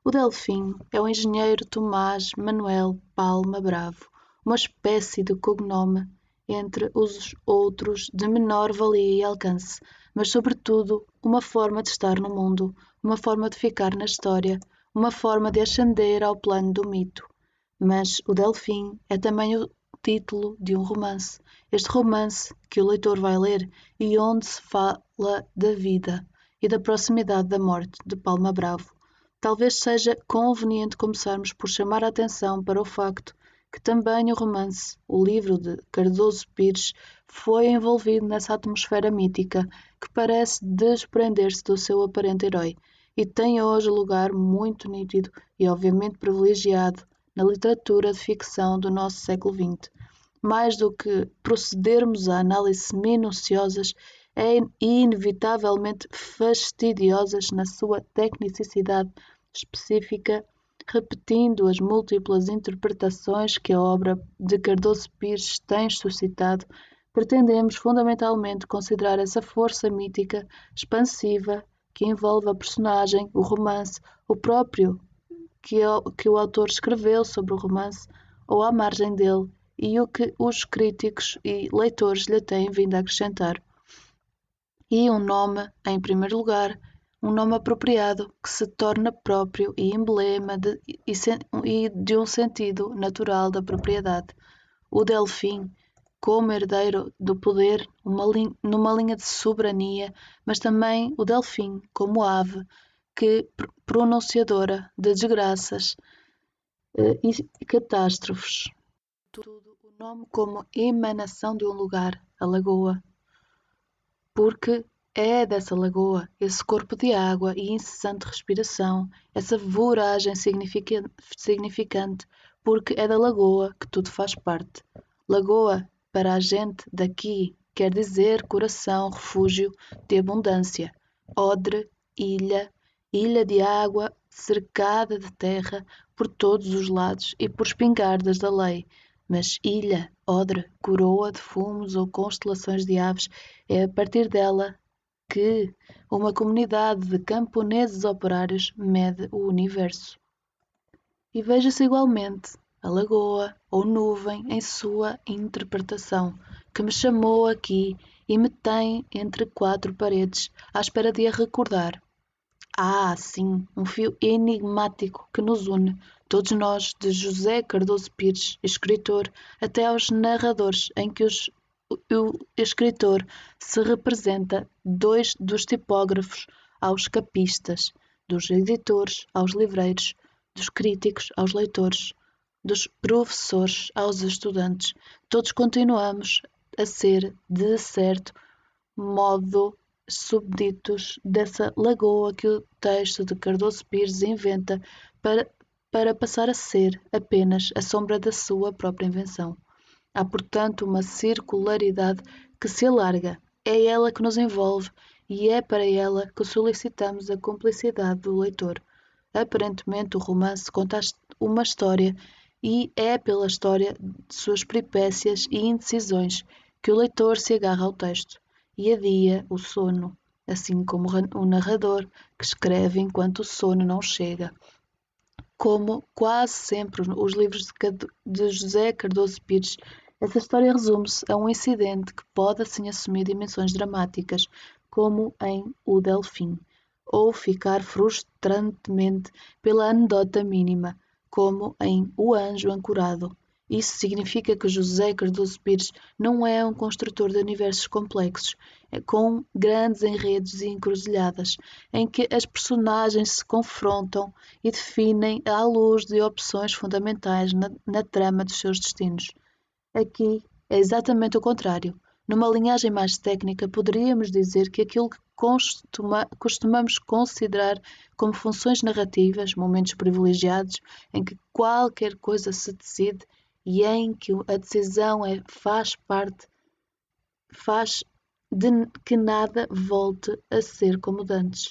O Delfim é o engenheiro Tomás Manuel Palma Bravo, uma espécie de cognome entre os outros de menor valia e alcance, mas sobretudo uma forma de estar no mundo, uma forma de ficar na história, uma forma de ascender ao plano do mito. Mas o Delfim é também o título de um romance. Este romance que o leitor vai ler e onde se fala da vida e da proximidade da morte de Palma Bravo. Talvez seja conveniente começarmos por chamar a atenção para o facto que também o romance, o livro de Cardoso Pires, foi envolvido nessa atmosfera mítica que parece desprender-se do seu aparente herói e tem hoje lugar muito nítido e obviamente privilegiado na literatura de ficção do nosso século XX. Mais do que procedermos a análises minuciosas e inevitavelmente fastidiosas na sua tecnicidade específica, repetindo as múltiplas interpretações que a obra de Cardoso Pires tem suscitado, pretendemos fundamentalmente considerar essa força mítica, expansiva, que envolve a personagem, o romance, o próprio que o autor escreveu sobre o romance ou à margem dele e o que os críticos e leitores lhe têm vindo a acrescentar. E um nome, em primeiro lugar, um nome apropriado que se torna próprio e emblema de um sentido natural da propriedade. O Delfim, como herdeiro do poder, numa linha de soberania, mas também o Delfim como ave, que pronunciadora de desgraças e catástrofes. Tudo o nome como emanação de um lugar, a lagoa, porque é dessa lagoa, esse corpo de água e incessante respiração, essa voragem significante, porque é da lagoa que tudo faz parte. Lagoa, para a gente daqui, quer dizer coração, refúgio de abundância. Odre, ilha, ilha de água cercada de terra por todos os lados e por espingardas da lei. Mas ilha, odre, coroa de fumos ou constelações de aves, é a partir dela que uma comunidade de camponeses operários mede o universo. E veja-se igualmente a lagoa ou nuvem em sua interpretação, que me chamou aqui e me tem entre quatro paredes, à espera de a recordar. Há, sim, um fio enigmático que nos une, todos nós, de José Cardoso Pires, escritor, até aos narradores, em que o escritor se representa dois dos tipógrafos aos capistas, dos editores aos livreiros, dos críticos aos leitores, dos professores aos estudantes. Todos continuamos a ser, de certo modo, súbditos dessa lagoa que o texto de Cardoso Pires inventa para passar a ser apenas a sombra da sua própria invenção. Há, portanto, uma circularidade que se alarga, é ela que nos envolve e é para ela que solicitamos a cumplicidade do leitor. Aparentemente, o romance conta uma história e é pela história de suas peripécias e indecisões que o leitor se agarra ao texto e adia o sono, assim como o narrador que escreve enquanto o sono não chega. Como quase sempre os livros de José Cardoso Pires, essa história resume-se a um incidente que pode assim assumir dimensões dramáticas, como em O Delfim, ou ficar frustrantemente pela anedota mínima, como em O Anjo Ancorado. Isso significa que José Cardoso Pires não é um construtor de universos complexos, com grandes enredos e encruzilhadas, em que as personagens se confrontam e definem à luz de opções fundamentais na trama dos seus destinos. Aqui é exatamente o contrário. Numa linhagem mais técnica, poderíamos dizer que aquilo que costumamos considerar como funções narrativas, momentos privilegiados, em que qualquer coisa se decide e em que a decisão faz de que nada volte a ser como dantes.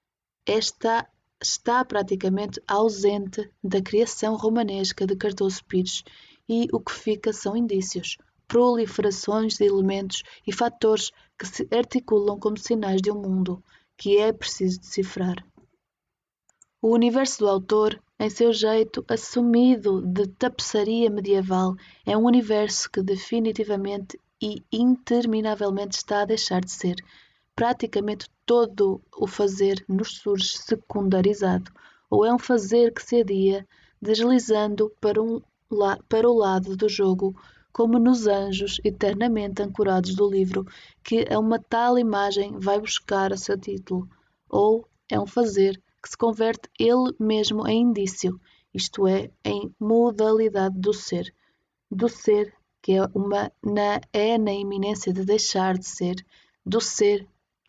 Está praticamente ausente da criação romanesca de Cardoso Pires e o que fica são indícios, proliferações de elementos e fatores que se articulam como sinais de um mundo que é preciso decifrar. O universo do autor, em seu jeito assumido de tapeçaria medieval, é um universo que definitivamente e interminavelmente está a deixar de ser. Praticamente todo o fazer nos surge secundarizado, ou é um fazer que se adia, deslizando para o lado do jogo, como nos anjos eternamente ancorados do livro, que a uma tal imagem vai buscar a seu título, ou é um fazer que se converte ele mesmo em indício, isto é, em modalidade do ser que é na iminência de deixar de ser, do ser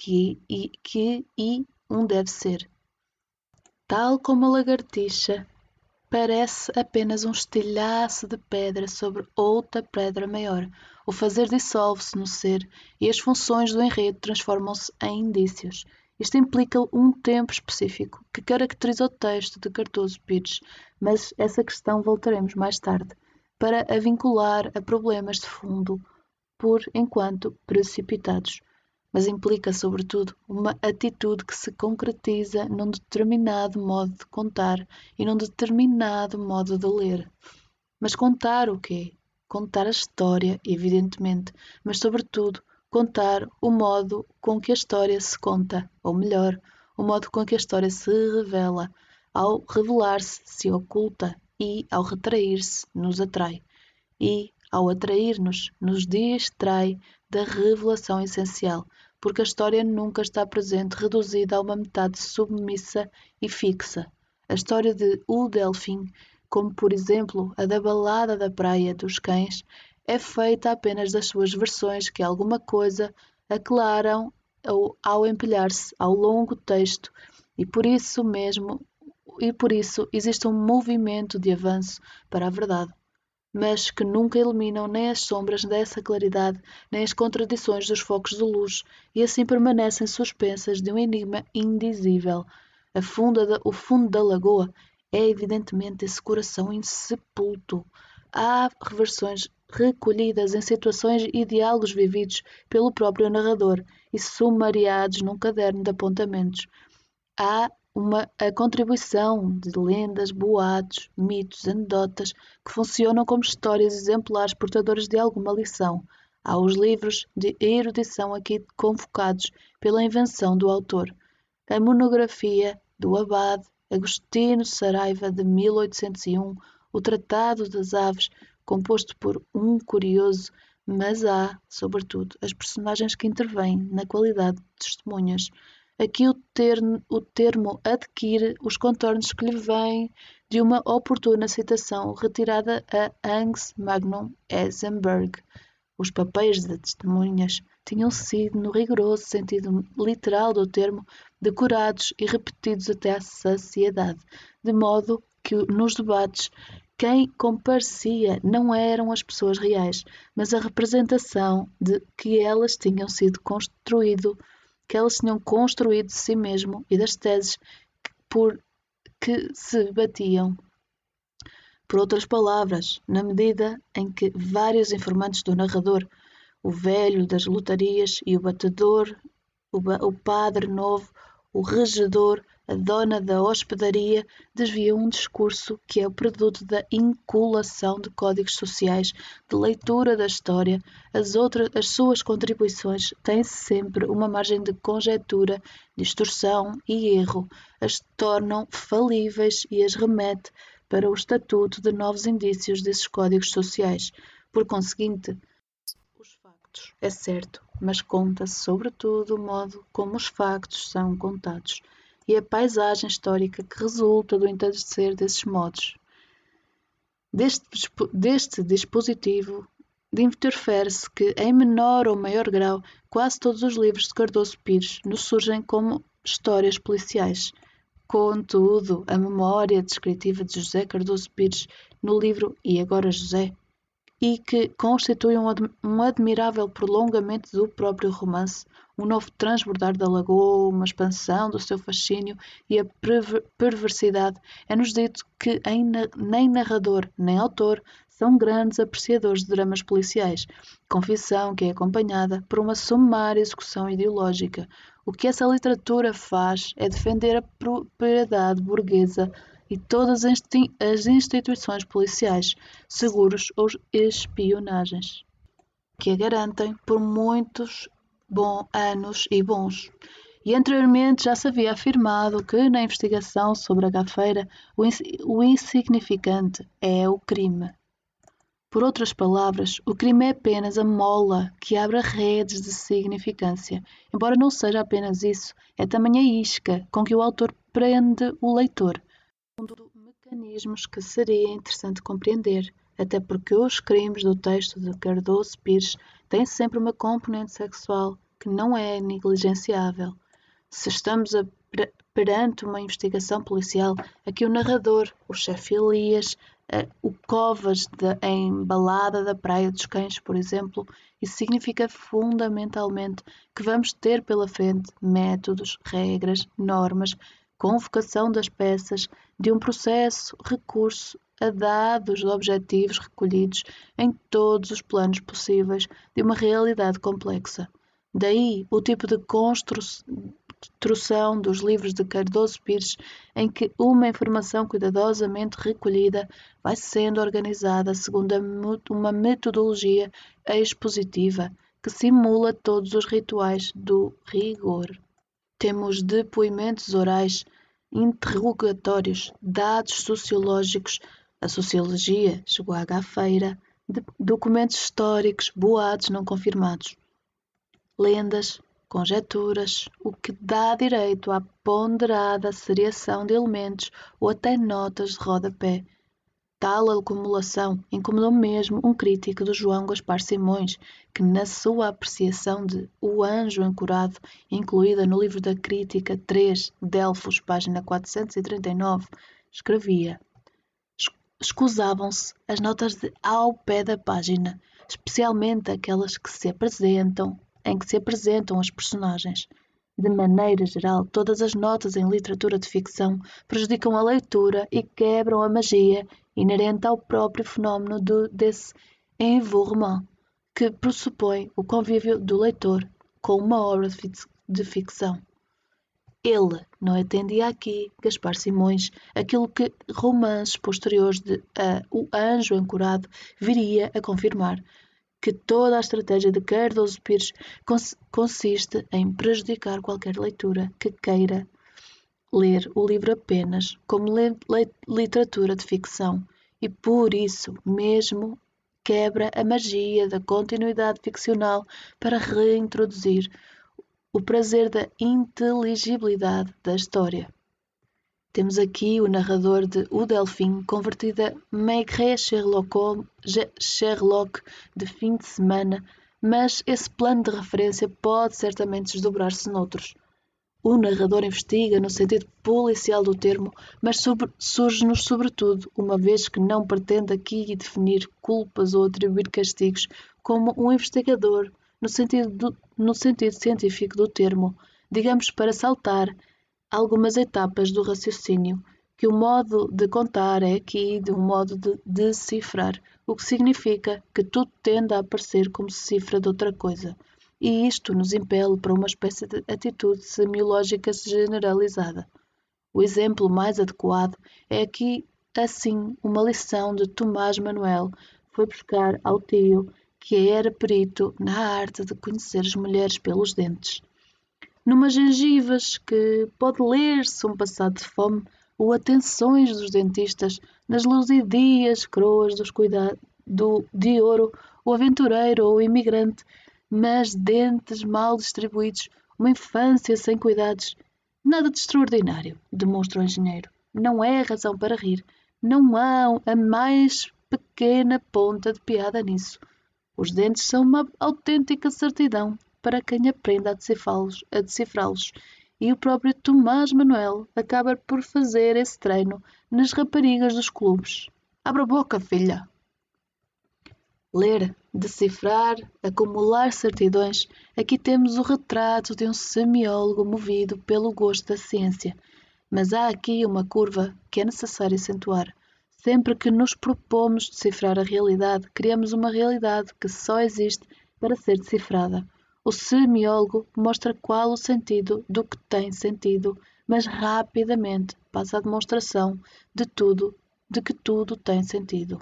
que um deve ser. Tal como a lagartixa parece apenas um estilhaço de pedra sobre outra pedra maior. O fazer dissolve-se no ser e as funções do enredo transformam-se em indícios. Isto implica um tempo específico que caracteriza o texto de Cardoso Pires, mas essa questão voltaremos mais tarde, para a vincular a problemas de fundo, por enquanto precipitados, mas implica, sobretudo, uma atitude que se concretiza num determinado modo de contar e num determinado modo de ler. Mas contar o quê? Contar a história, evidentemente, mas, sobretudo, contar o modo com que a história se conta, ou melhor, o modo com que a história se revela. Ao revelar-se, se oculta e, ao retrair-se, nos atrai. E, ao atrair-nos, nos distrai da revelação essencial, porque a história nunca está presente reduzida a uma metade submissa e fixa. A história de O Delfim, como por exemplo a da Balada da Praia dos Cães, é feita apenas das suas versões que alguma coisa aclaram ao empilhar-se ao longo texto e por isso mesmo e por isso existe um movimento de avanço para a verdade, mas que nunca eliminam nem as sombras dessa claridade, nem as contradições dos focos de luz, e assim permanecem suspensas de um enigma indizível. O fundo da lagoa é evidentemente esse coração insepulto. Há versões recolhidas em situações e diálogos vividos pelo próprio narrador e sumariados num caderno de apontamentos. Há a contribuição de lendas, boatos, mitos, anedotas que funcionam como histórias exemplares portadoras de alguma lição. Há os livros de erudição aqui convocados pela invenção do autor. A monografia do abade Agostinho Saraiva de 1801, o Tratado das Aves, composto por um curioso, mas há, sobretudo, as personagens que intervêm na qualidade de testemunhas. Aqui o termo adquire os contornos que lhe vêm de uma oportuna citação retirada a Hans Magnus Eisenberg. Os papéis de testemunhas tinham sido, no rigoroso sentido literal do termo, decorados e repetidos até à saciedade, de modo que nos debates quem comparecia não eram as pessoas reais, mas a representação de que elas tinham construído de si mesmo e das teses por que se batiam. Por outras palavras, na medida em que vários informantes do narrador, o velho das lotarias e o batedor, o padre novo, o regedor, a dona da hospedaria, desviam um discurso que é o produto da inculação de códigos sociais, de leitura da história. As suas contribuições têm sempre uma margem de conjectura, distorção e erro, as tornam falíveis e as remete para o estatuto de novos indícios desses códigos sociais. Por conseguinte, os factos, é certo, mas conta-se sobretudo o modo como os factos são contados e a paisagem histórica que resulta do entardecer desses modos. Deste dispositivo interfere-se que, em menor ou maior grau, quase todos os livros de Cardoso Pires nos surgem como histórias policiais. Contudo, a memória descritiva de José Cardoso Pires no livro E Agora José, e que constitui um admirável prolongamento do próprio romance, um novo transbordar da lagoa, uma expansão do seu fascínio e a perversidade, é-nos dito que nem narrador nem autor são grandes apreciadores de dramas policiais, confissão que é acompanhada por uma sumária execução ideológica. O que essa literatura faz é defender a propriedade burguesa e todas as instituições policiais, seguros ou espionagens, que a garantem por muitos anos e bons. E anteriormente já se havia afirmado que na investigação sobre a gafeira o insignificante é o crime. Por outras palavras, o crime é apenas a mola que abre redes de significância. Embora não seja apenas isso, é também a isca com que o autor prende o leitor. Um dos mecanismos que seria interessante compreender, até porque os crimes do texto de Cardoso Pires têm sempre uma componente sexual que não é negligenciável. Se estamos perante uma investigação policial, aqui o narrador, o chefe Elias, o Covas em Balada da Praia dos Cães, por exemplo, isso significa fundamentalmente que vamos ter pela frente métodos, regras, normas, convocação das peças, de um processo, recurso a dados objetivos recolhidos em todos os planos possíveis de uma realidade complexa. Daí o tipo de construção dos livros de Cardoso Pires, em que uma informação cuidadosamente recolhida vai sendo organizada segundo uma metodologia expositiva que simula todos os rituais do rigor. Temos depoimentos orais, interrogatórios, dados sociológicos, a sociologia chegou à gafeira, documentos históricos, boatos não confirmados, lendas, conjecturas, o que dá direito à ponderada seriação de elementos ou até notas de rodapé. Tal acumulação incomodou mesmo um crítico do João Gaspar Simões, que na sua apreciação de O Anjo Ancorado, incluída no livro da Crítica 3, Delfos, página 439, escrevia: escusavam-se as notas ao pé da página, especialmente aquelas em que se apresentam as personagens. De maneira geral, todas as notas em literatura de ficção prejudicam a leitura e quebram a magia inerente ao próprio fenómeno desse envolvimento, que pressupõe o convívio do leitor com uma obra de ficção. Ele não atendia aqui, Gaspar Simões, aquilo que romances posteriores de O Anjo Ancorado viria a confirmar, que toda a estratégia de Cardoso Pires consiste em prejudicar qualquer leitura que queira ler o livro apenas como literatura de ficção e, por isso mesmo, quebra a magia da continuidade ficcional para reintroduzir o prazer da inteligibilidade da história. Temos aqui o narrador de O Delfim, convertido a Maigret Sherlock de fim de semana, mas esse plano de referência pode certamente desdobrar-se noutros. O narrador investiga no sentido policial do termo, mas surge-nos sobretudo, uma vez que não pretende aqui definir culpas ou atribuir castigos, como um investigador no sentido científico do termo, digamos para saltar algumas etapas do raciocínio, que o modo de contar é aqui de um modo de decifrar, o que significa que tudo tende a aparecer como cifra de outra coisa, e isto nos impele para uma espécie de atitude semiológica generalizada. O exemplo mais adequado é aqui, assim, uma lição de Tomás Manuel foi buscar ao tio, que era perito na arte de conhecer as mulheres pelos dentes. Numas gengivas que pode ler-se um passado de fome ou atenções dos dentistas nas luzidias coroas de ouro, o aventureiro ou o imigrante, mas dentes mal distribuídos, uma infância sem cuidados. Nada de extraordinário, demonstra o engenheiro. Não é razão para rir. Não há a mais pequena ponta de piada nisso. Os dentes são uma autêntica certidão para quem aprenda a decifrá-los, e o próprio Tomás Manuel acaba por fazer esse treino nas raparigas dos clubes. Abra a boca, filha! Ler, decifrar, acumular certidões, aqui temos o retrato de um semiólogo movido pelo gosto da ciência. Mas há aqui uma curva que é necessário acentuar. Sempre que nos propomos decifrar a realidade, criamos uma realidade que só existe para ser decifrada. O semiólogo mostra qual o sentido do que tem sentido, mas rapidamente passa à demonstração de que tudo tem sentido.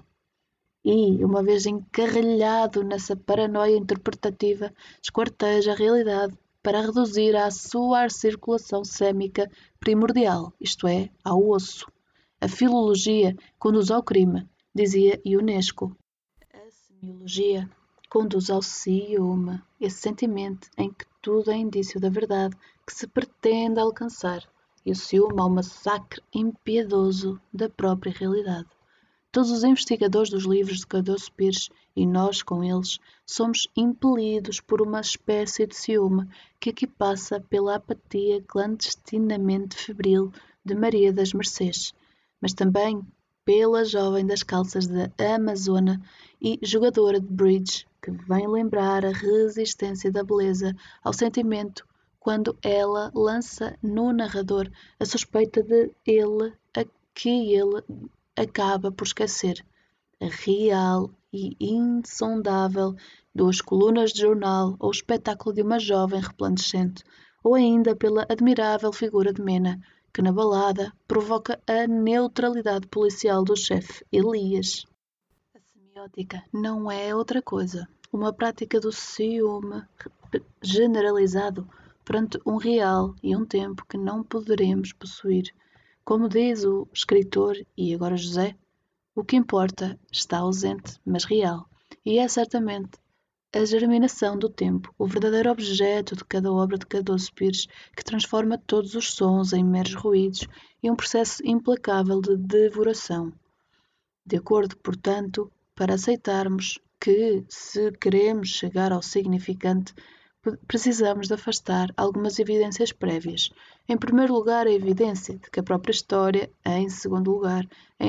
E, uma vez encarrilhado nessa paranoia interpretativa, esquarteja a realidade para reduzir à sua circulação sêmica primordial, isto é, ao osso. A filologia conduz ao crime, dizia Ionesco. A semiologia conduz ao ciúme, esse sentimento em que tudo é indício da verdade que se pretende alcançar, e o ciúme ao massacre impiedoso da própria realidade. Todos os investigadores dos livros de Cardoso Pires, e nós com eles, somos impelidos por uma espécie de ciúme que aqui passa pela apatia clandestinamente febril de Maria das Mercês, mas também pela jovem das calças da Amazona e jogadora de bridge, que vem lembrar a resistência da beleza ao sentimento quando ela lança no narrador a suspeita de ele a que ele acaba por esquecer. A real e insondável duas colunas de jornal ou o espetáculo de uma jovem resplandecente, ou ainda pela admirável figura de Mena, que na balada provoca a neutralidade policial do chefe Elias. A semiótica não é outra coisa, uma prática do ciúme generalizado perante um real e um tempo que não poderemos possuir. Como diz o escritor e agora José, o que importa está ausente, mas real, e é certamente a germinação do tempo, o verdadeiro objeto de cada obra de Cardoso Pires, que transforma todos os sons em meros ruídos e um processo implacável de devoração. De acordo, portanto, para aceitarmos que, se queremos chegar ao significante, precisamos de afastar algumas evidências prévias. Em primeiro lugar, a evidência de que a própria história, em segundo lugar, a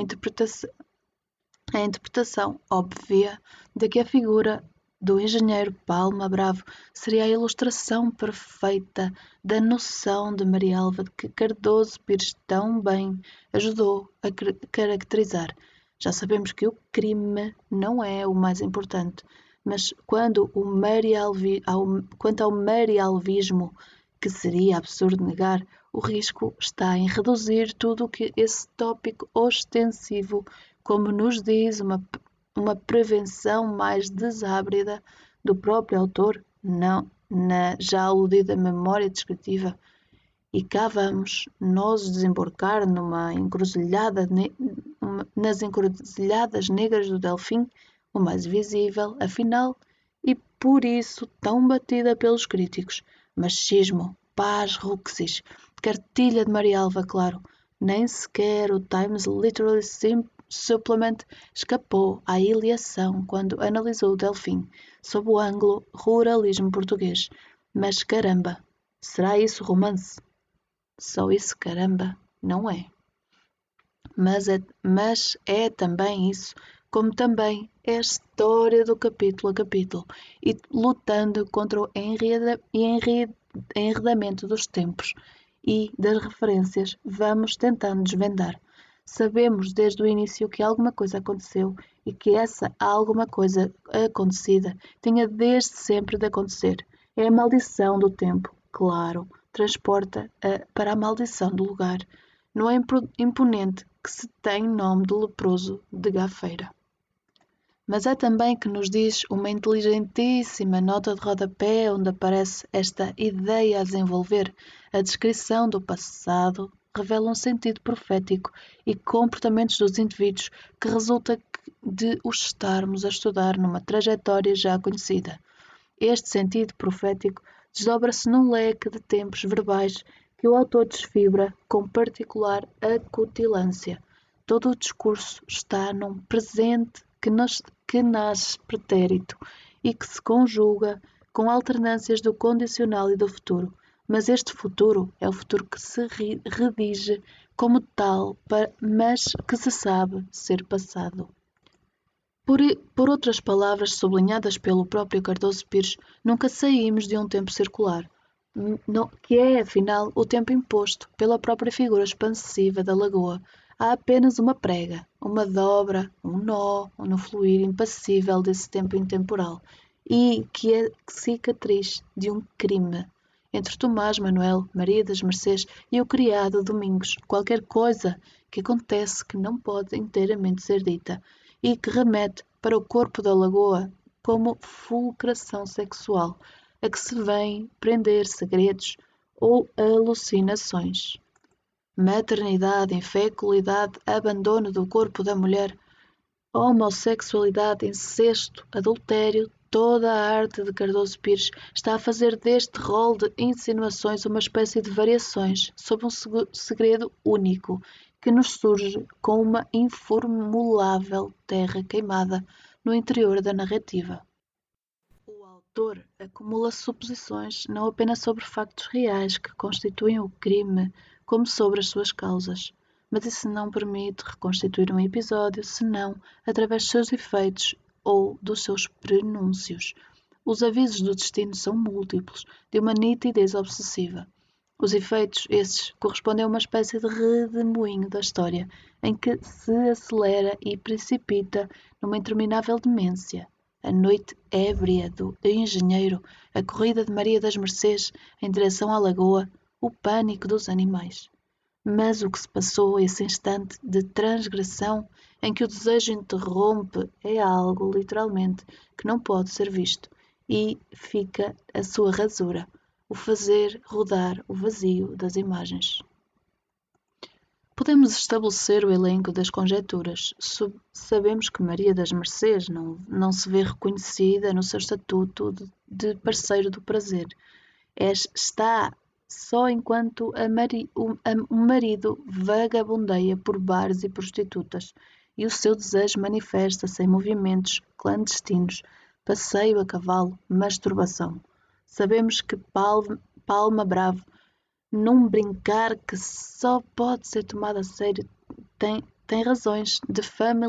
interpretação óbvia de que a figura do engenheiro Palma Bravo seria a ilustração perfeita da noção de Marialva de que Cardoso Pires tão bem ajudou a caracterizar. Já sabemos que o crime não é o mais importante, mas quanto ao marialvismo, que seria absurdo negar, o risco está em reduzir tudo o que esse tópico ostensivo, como nos diz uma prevenção mais desábrida do próprio autor, não na já aludida memória descritiva. E cá vamos nós desembarcar nas encruzilhadas negras do Delfim, o mais visível, afinal, e por isso tão batida pelos críticos. Machismo, paz, ruxis, cartilha de Marialva, claro, nem sequer o Times Literary Supplement escapou à ilhação quando analisou o Delfim, sob o ângulo ruralismo português. Mas caramba, será isso romance? Só isso, caramba, não é. Mas é também isso, como também é a história do capítulo a capítulo, e lutando contra o enredamento dos tempos e das referências, vamos tentando desvendar. Sabemos desde o início que alguma coisa aconteceu e que essa alguma coisa acontecida tinha desde sempre de acontecer. É a maldição do tempo, claro, transporta para a maldição do lugar, no imponente que se tem nome de leproso de Gafeira. Mas é também que nos diz uma inteligentíssima nota de rodapé onde aparece esta ideia a desenvolver. A descrição do passado revela um sentido profético e comportamentos dos indivíduos que resulta de os estarmos a estudar numa trajetória já conhecida. Este sentido profético desdobra-se num leque de tempos verbais que o autor desfibra com particular acutilância. Todo o discurso está num presente que nasce pretérito e que se conjuga com alternâncias do condicional e do futuro. Mas este futuro é o futuro que se redige como tal, mas que se sabe ser passado. Por outras palavras, sublinhadas pelo próprio Cardoso Pires, nunca saímos de um tempo circular, que é, afinal, o tempo imposto pela própria figura expansiva da lagoa. Há apenas uma prega, uma dobra, um nó no fluir impassível desse tempo intemporal. e que é cicatriz de um crime. Entre Tomás Manuel, Maria das Mercês e o criado Domingos, qualquer coisa que acontece que não pode inteiramente ser dita e que remete para o corpo da lagoa como fulcração sexual, a que se vêm prender segredos ou alucinações. Maternidade, infecundidade, abandono do corpo da mulher, homossexualidade, incesto, adultério, toda a arte de Cardoso Pires está a fazer deste rol de insinuações uma espécie de variações sobre um segredo único que nos surge com uma informulável terra queimada no interior da narrativa. O autor acumula suposições não apenas sobre factos reais que constituem o crime, como sobre as suas causas, mas isso não permite reconstituir um episódio senão através dos seus efeitos ou dos seus prenúncios. Os avisos do destino são múltiplos, de uma nitidez obsessiva. Os efeitos, esses, correspondem a uma espécie de redemoinho da história, em que se acelera e precipita numa interminável demência. A noite ébria do engenheiro, a corrida de Maria das Mercês em direção à lagoa, o pânico dos animais. Mas o que se passou, esse instante de transgressão em que o desejo interrompe, é algo, literalmente, que não pode ser visto, e fica a sua rasura, o fazer rodar o vazio das imagens. Podemos estabelecer o elenco das conjecturas. Sabemos que Maria das Mercês não se vê reconhecida no seu estatuto de parceiro do prazer. Está só enquanto o marido vagabundeia por bares e prostitutas, e o seu desejo manifesta-se em movimentos clandestinos, passeio a cavalo, masturbação. Sabemos que Palma Bravo, num brincar que só pode ser tomado a sério, tem razões de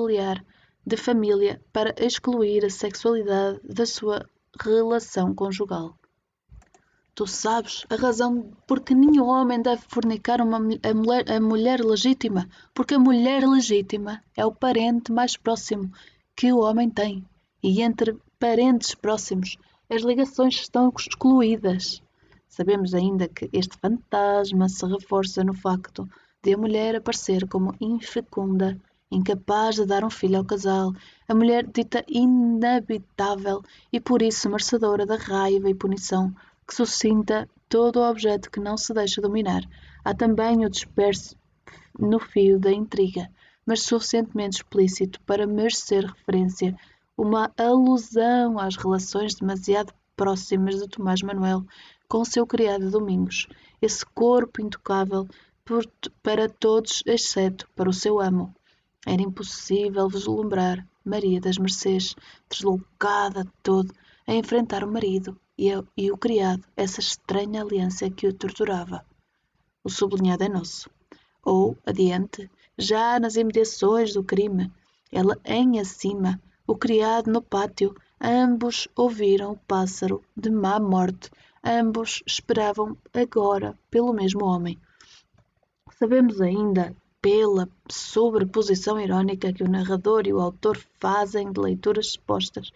família para excluir a sexualidade da sua relação conjugal. Tu sabes a razão porque nenhum homem deve fornicar a mulher legítima, porque a mulher legítima é o parente mais próximo que o homem tem, e entre parentes próximos as ligações estão excluídas. Sabemos ainda que este fantasma se reforça no facto de a mulher aparecer como infecunda, incapaz de dar um filho ao casal, a mulher dita inabitável e por isso merecedora da raiva e punição que suscita todo o objeto que não se deixa dominar. Há também o disperso no fio da intriga, mas suficientemente explícito para merecer referência, uma alusão às relações demasiado próximas de Tomás Manuel com o seu criado Domingos, esse corpo intocável para todos exceto para o seu amo. Era impossível vislumbrar Maria das Mercês, deslocada de todo, a enfrentar o marido e o criado, essa estranha aliança que o torturava. O sublinhado é nosso. Ou, adiante, já nas imediações do crime, ela em acima, o criado no pátio, ambos ouviram o pássaro de má morte, ambos esperavam agora pelo mesmo homem. Sabemos ainda, pela sobreposição irónica que o narrador e o autor fazem de leituras supostas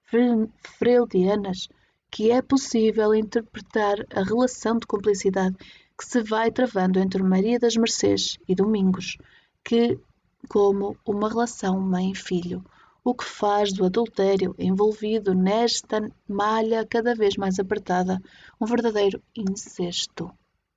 freudianas, que é possível interpretar a relação de cumplicidade que se vai travando entre Maria das Mercês e Domingos, que como uma relação mãe-filho, o que faz do adultério envolvido nesta malha cada vez mais apertada um verdadeiro incesto.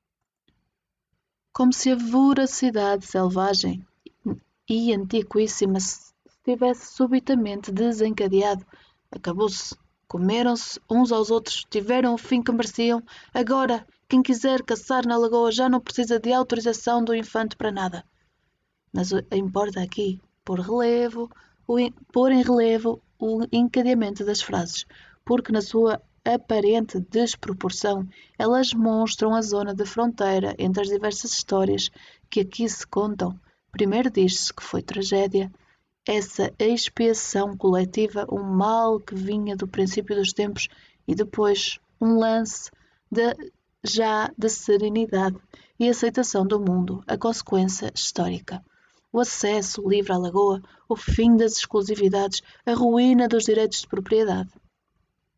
Como se a voracidade selvagem e antiquíssima se tivesse subitamente desencadeado. Acabou-se. Comeram-se uns aos outros, tiveram o fim que mereciam. Agora, quem quiser caçar na lagoa já não precisa de autorização do infante para nada. Mas importa aqui pôr em relevo o encadeamento das frases, porque na sua aparente desproporção, elas mostram a zona de fronteira entre as diversas histórias que aqui se contam. Primeiro diz-se que foi tragédia, essa expiação coletiva, um mal que vinha do princípio dos tempos, e depois um lance de serenidade e aceitação do mundo, a consequência histórica. O acesso livre à lagoa, o fim das exclusividades, a ruína dos direitos de propriedade.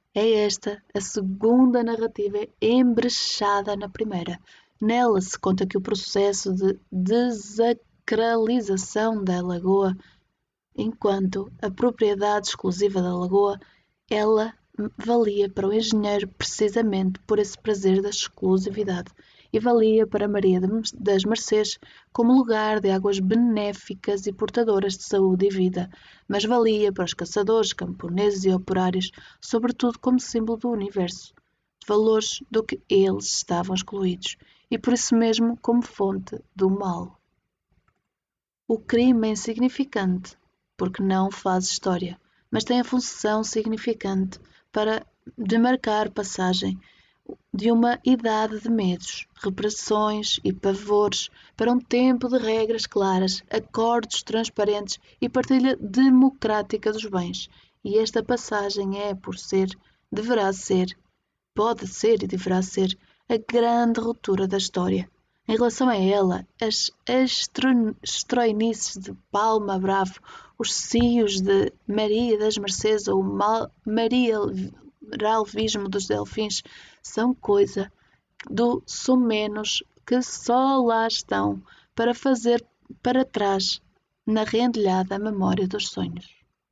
É esta a segunda narrativa embrechada na primeira. Nela se conta que o processo de desacralização da lagoa, enquanto a propriedade exclusiva da lagoa, ela valia para o engenheiro precisamente por esse prazer da exclusividade, e valia para Maria das Mercês como lugar de águas benéficas e portadoras de saúde e vida, mas valia para os caçadores, camponeses e operários, sobretudo como símbolo do universo, de valores do que eles estavam excluídos, e por isso mesmo como fonte do mal. O crime é insignificante, porque não faz história, mas tem a função significante para demarcar passagem de uma idade de medos, repressões e pavores para um tempo de regras claras, acordos transparentes e partilha democrática dos bens. E esta passagem é, por ser, deverá ser, pode ser e deverá ser a grande ruptura da história. Em relação a ela, as estroinices de Palma Bravo, os cios de Maria das Mercês ou o marialvismo dos Delfins são coisa do somenos que só lá estão para fazer para trás na rendilhada memória dos sonhos.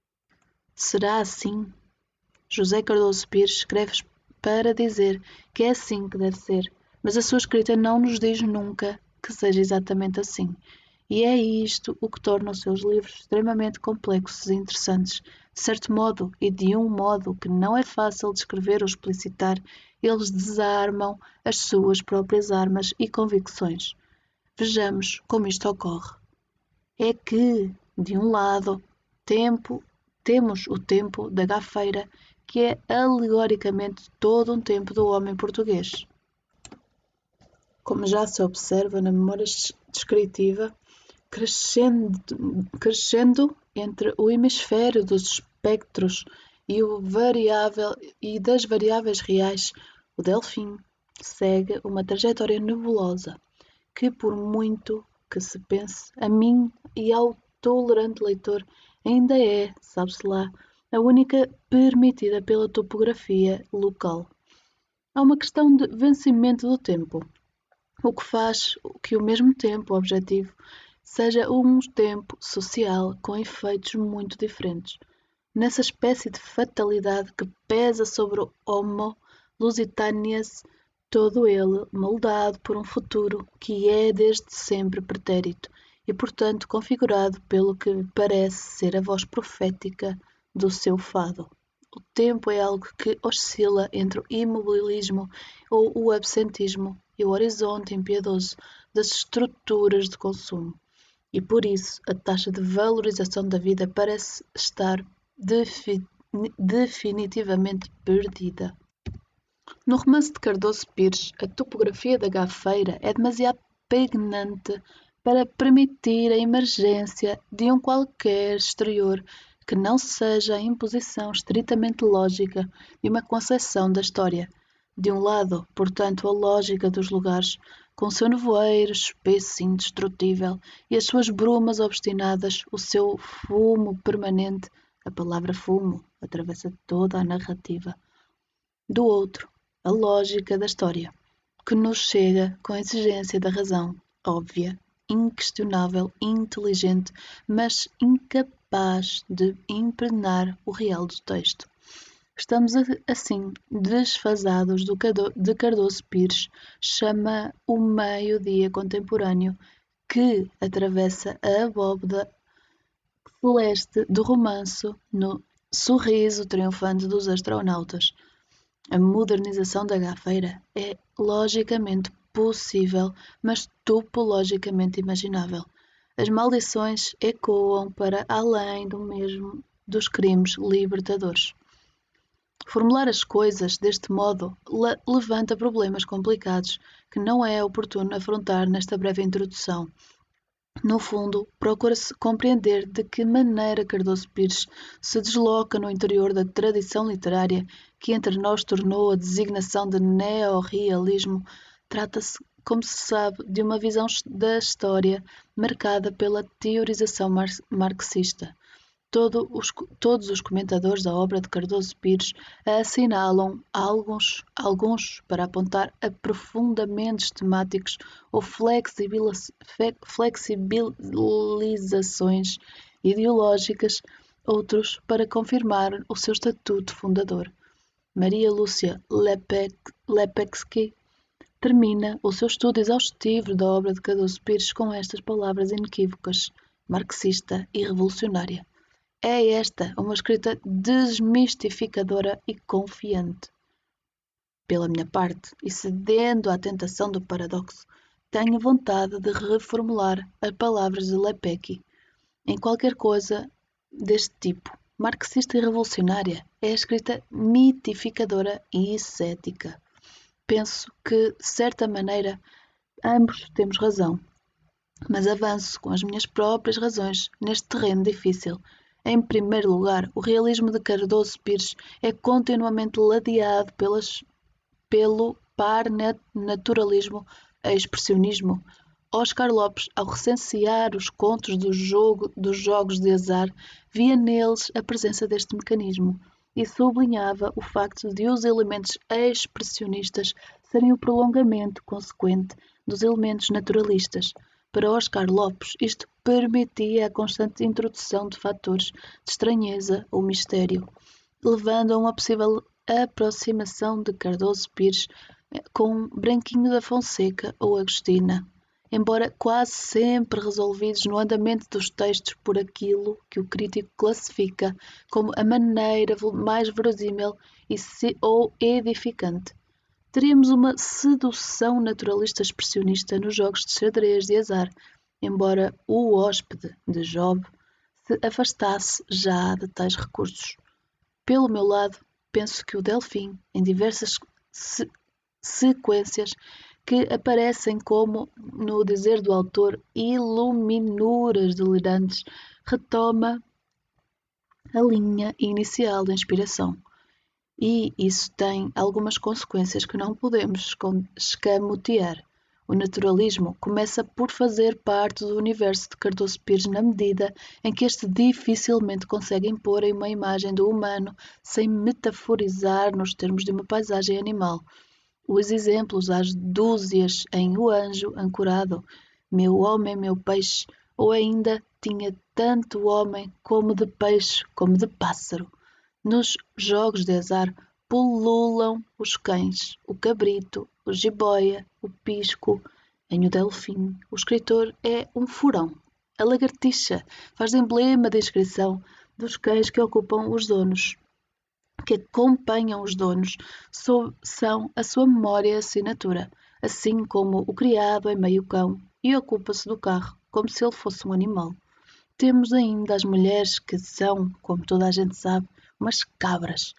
Será assim? José Cardoso Pires escreve para dizer que é assim que deve ser, mas a sua escrita não nos diz nunca que seja exatamente assim. E é isto o que torna os seus livros extremamente complexos e interessantes. De certo modo, e de um modo que não é fácil descrever ou explicitar, eles desarmam as suas próprias armas e convicções. Vejamos como isto ocorre. É que, de um lado, temos o tempo da gafeira, que é alegoricamente todo um tempo do homem português. Como já se observa na memória descritiva, crescendo entre o hemisfério dos espectros e das variáveis reais, o Delfim segue uma trajetória nebulosa que, por muito que se pense, a mim e ao tolerante leitor, ainda é, sabe-se lá, a única permitida pela topografia local. Há uma questão de vencimento do tempo, o que faz que o mesmo tempo objetivo seja um tempo social com efeitos muito diferentes. Nessa espécie de fatalidade que pesa sobre o Homo Lusitaniense, todo ele moldado por um futuro que é desde sempre pretérito e, portanto, configurado pelo que parece ser a voz profética do seu fado. O tempo é algo que oscila entre o imobilismo ou o absentismo e o horizonte impiedoso das estruturas de consumo. E por isso a taxa de valorização da vida parece estar definitivamente perdida. No romance de Cardoso Pires, a topografia da Gafeira é demasiado pregnante para permitir a emergência de um qualquer exterior que não seja a imposição estritamente lógica de uma concepção da história. De um lado, portanto, a lógica dos lugares, com o seu nevoeiro espesso e indestrutível e as suas brumas obstinadas, o seu fumo permanente, a palavra fumo atravessa toda a narrativa. Do outro, a lógica da história, que nos chega com a exigência da razão, óbvia, inquestionável, inteligente, mas incapaz de impregnar o real do texto. Estamos assim desfasados do de Cardoso Pires chama o meio-dia contemporâneo, que atravessa a abóbada celeste do romance no sorriso triunfante dos astronautas. A modernização da gafeira é logicamente possível, mas topologicamente imaginável. As maldições ecoam para além do mesmo dos crimes libertadores. Formular as coisas deste modo levanta problemas complicados que não é oportuno afrontar nesta breve introdução. No fundo, procura-se compreender de que maneira Cardoso Pires se desloca no interior da tradição literária que entre nós tornou a designação de neorrealismo. Trata-se, como se sabe, de uma visão da história marcada pela teorização marxista. Todos os comentadores da obra de Cardoso Pires a assinalam alguns para apontar aprofundamentos temáticos ou flexibilizações ideológicas, outros para confirmar o seu estatuto fundador. Maria Lúcia Lepeczky termina o seu estudo exaustivo da obra de Cardoso Pires com estas palavras inequívocas: marxista e revolucionária. É esta uma escrita desmistificadora e confiante. Pela minha parte, e cedendo à tentação do paradoxo, tenho vontade de reformular as palavras de Lepecki. Em qualquer coisa deste tipo, marxista e revolucionária é a escrita mitificadora e cética. Penso que, de certa maneira, ambos temos razão, mas avanço com as minhas próprias razões neste terreno difícil. Em primeiro lugar, o realismo de Cardoso Pires é continuamente ladeado pelo par-naturalismo expressionismo. Oscar Lopes, ao recensear os contos dos jogos de azar, via neles a presença deste mecanismo e sublinhava o facto de os elementos expressionistas serem o prolongamento consequente dos elementos naturalistas. Para Oscar Lopes, isto permitia a constante introdução de fatores de estranheza ou mistério, levando a uma possível aproximação de Cardoso Pires com Branquinho da Fonseca ou Agostina, embora quase sempre resolvidos no andamento dos textos por aquilo que o crítico classifica como a maneira mais verosímil ou edificante. Teríamos uma sedução naturalista expressionista nos jogos de xadrez de azar, embora o hóspede de Job se afastasse já de tais recursos. Pelo meu lado, penso que o Delfim, em diversas sequências que aparecem como, no dizer do autor, iluminuras delirantes, retoma a linha inicial da inspiração. E isso tem algumas consequências que não podemos escamotear. O naturalismo começa por fazer parte do universo de Cardoso Pires na medida em que este dificilmente consegue impor uma imagem do humano sem metaforizar nos termos de uma paisagem animal. Os exemplos às dúzias em O Anjo Ancorado, Meu Homem, Meu Peixe, ou ainda Tinha tanto homem como de peixe, como de pássaro. Nos jogos de azar pululam os cães, o cabrito, o jiboia, o pisco. Em O Delfim, o escritor é um furão. A lagartixa faz de emblema de inscrição dos cães que ocupam os donos, que acompanham os donos, são a sua memória e assinatura, assim como o criado é meio cão e ocupa-se do carro como se ele fosse um animal. Temos ainda as mulheres que são, como toda a gente sabe, umas cabras.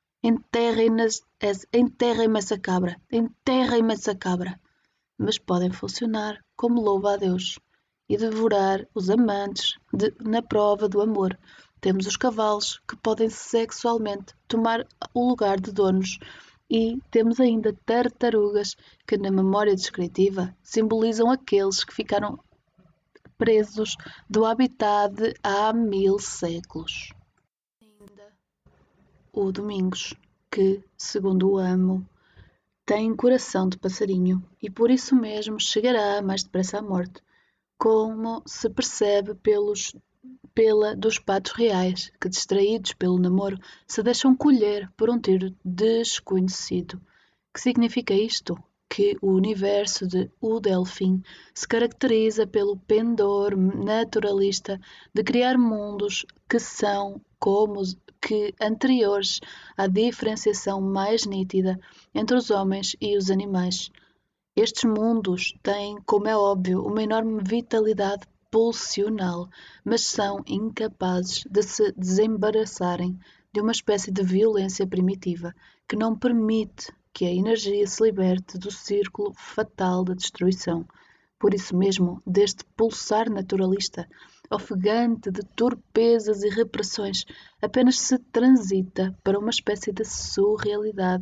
Enterrem-me essa cabra, enterrem-me essa cabra. Mas podem funcionar como louva a Deus e devorar os amantes na prova do amor. Temos os cavalos que podem sexualmente tomar o lugar de donos e temos ainda tartarugas que na memória descritiva simbolizam aqueles que ficaram presos do habitat há 1000 séculos. Ainda o Domingos, que, segundo o amo, tem coração de passarinho e por isso mesmo chegará mais depressa à morte, como se percebe dos patos reais, que, distraídos pelo namoro, se deixam colher por um tiro desconhecido. Que significa isto? Que o universo de O Delfim se caracteriza pelo pendor naturalista de criar mundos que são como que anteriores à diferenciação mais nítida entre os homens e os animais. Estes mundos têm, como é óbvio, uma enorme vitalidade pulsional, mas são incapazes de se desembaraçarem de uma espécie de violência primitiva que não permite que a energia se liberte do círculo fatal da destruição. Por isso mesmo, deste pulsar naturalista, ofegante de torpezas e repressões, apenas se transita para uma espécie de surrealidade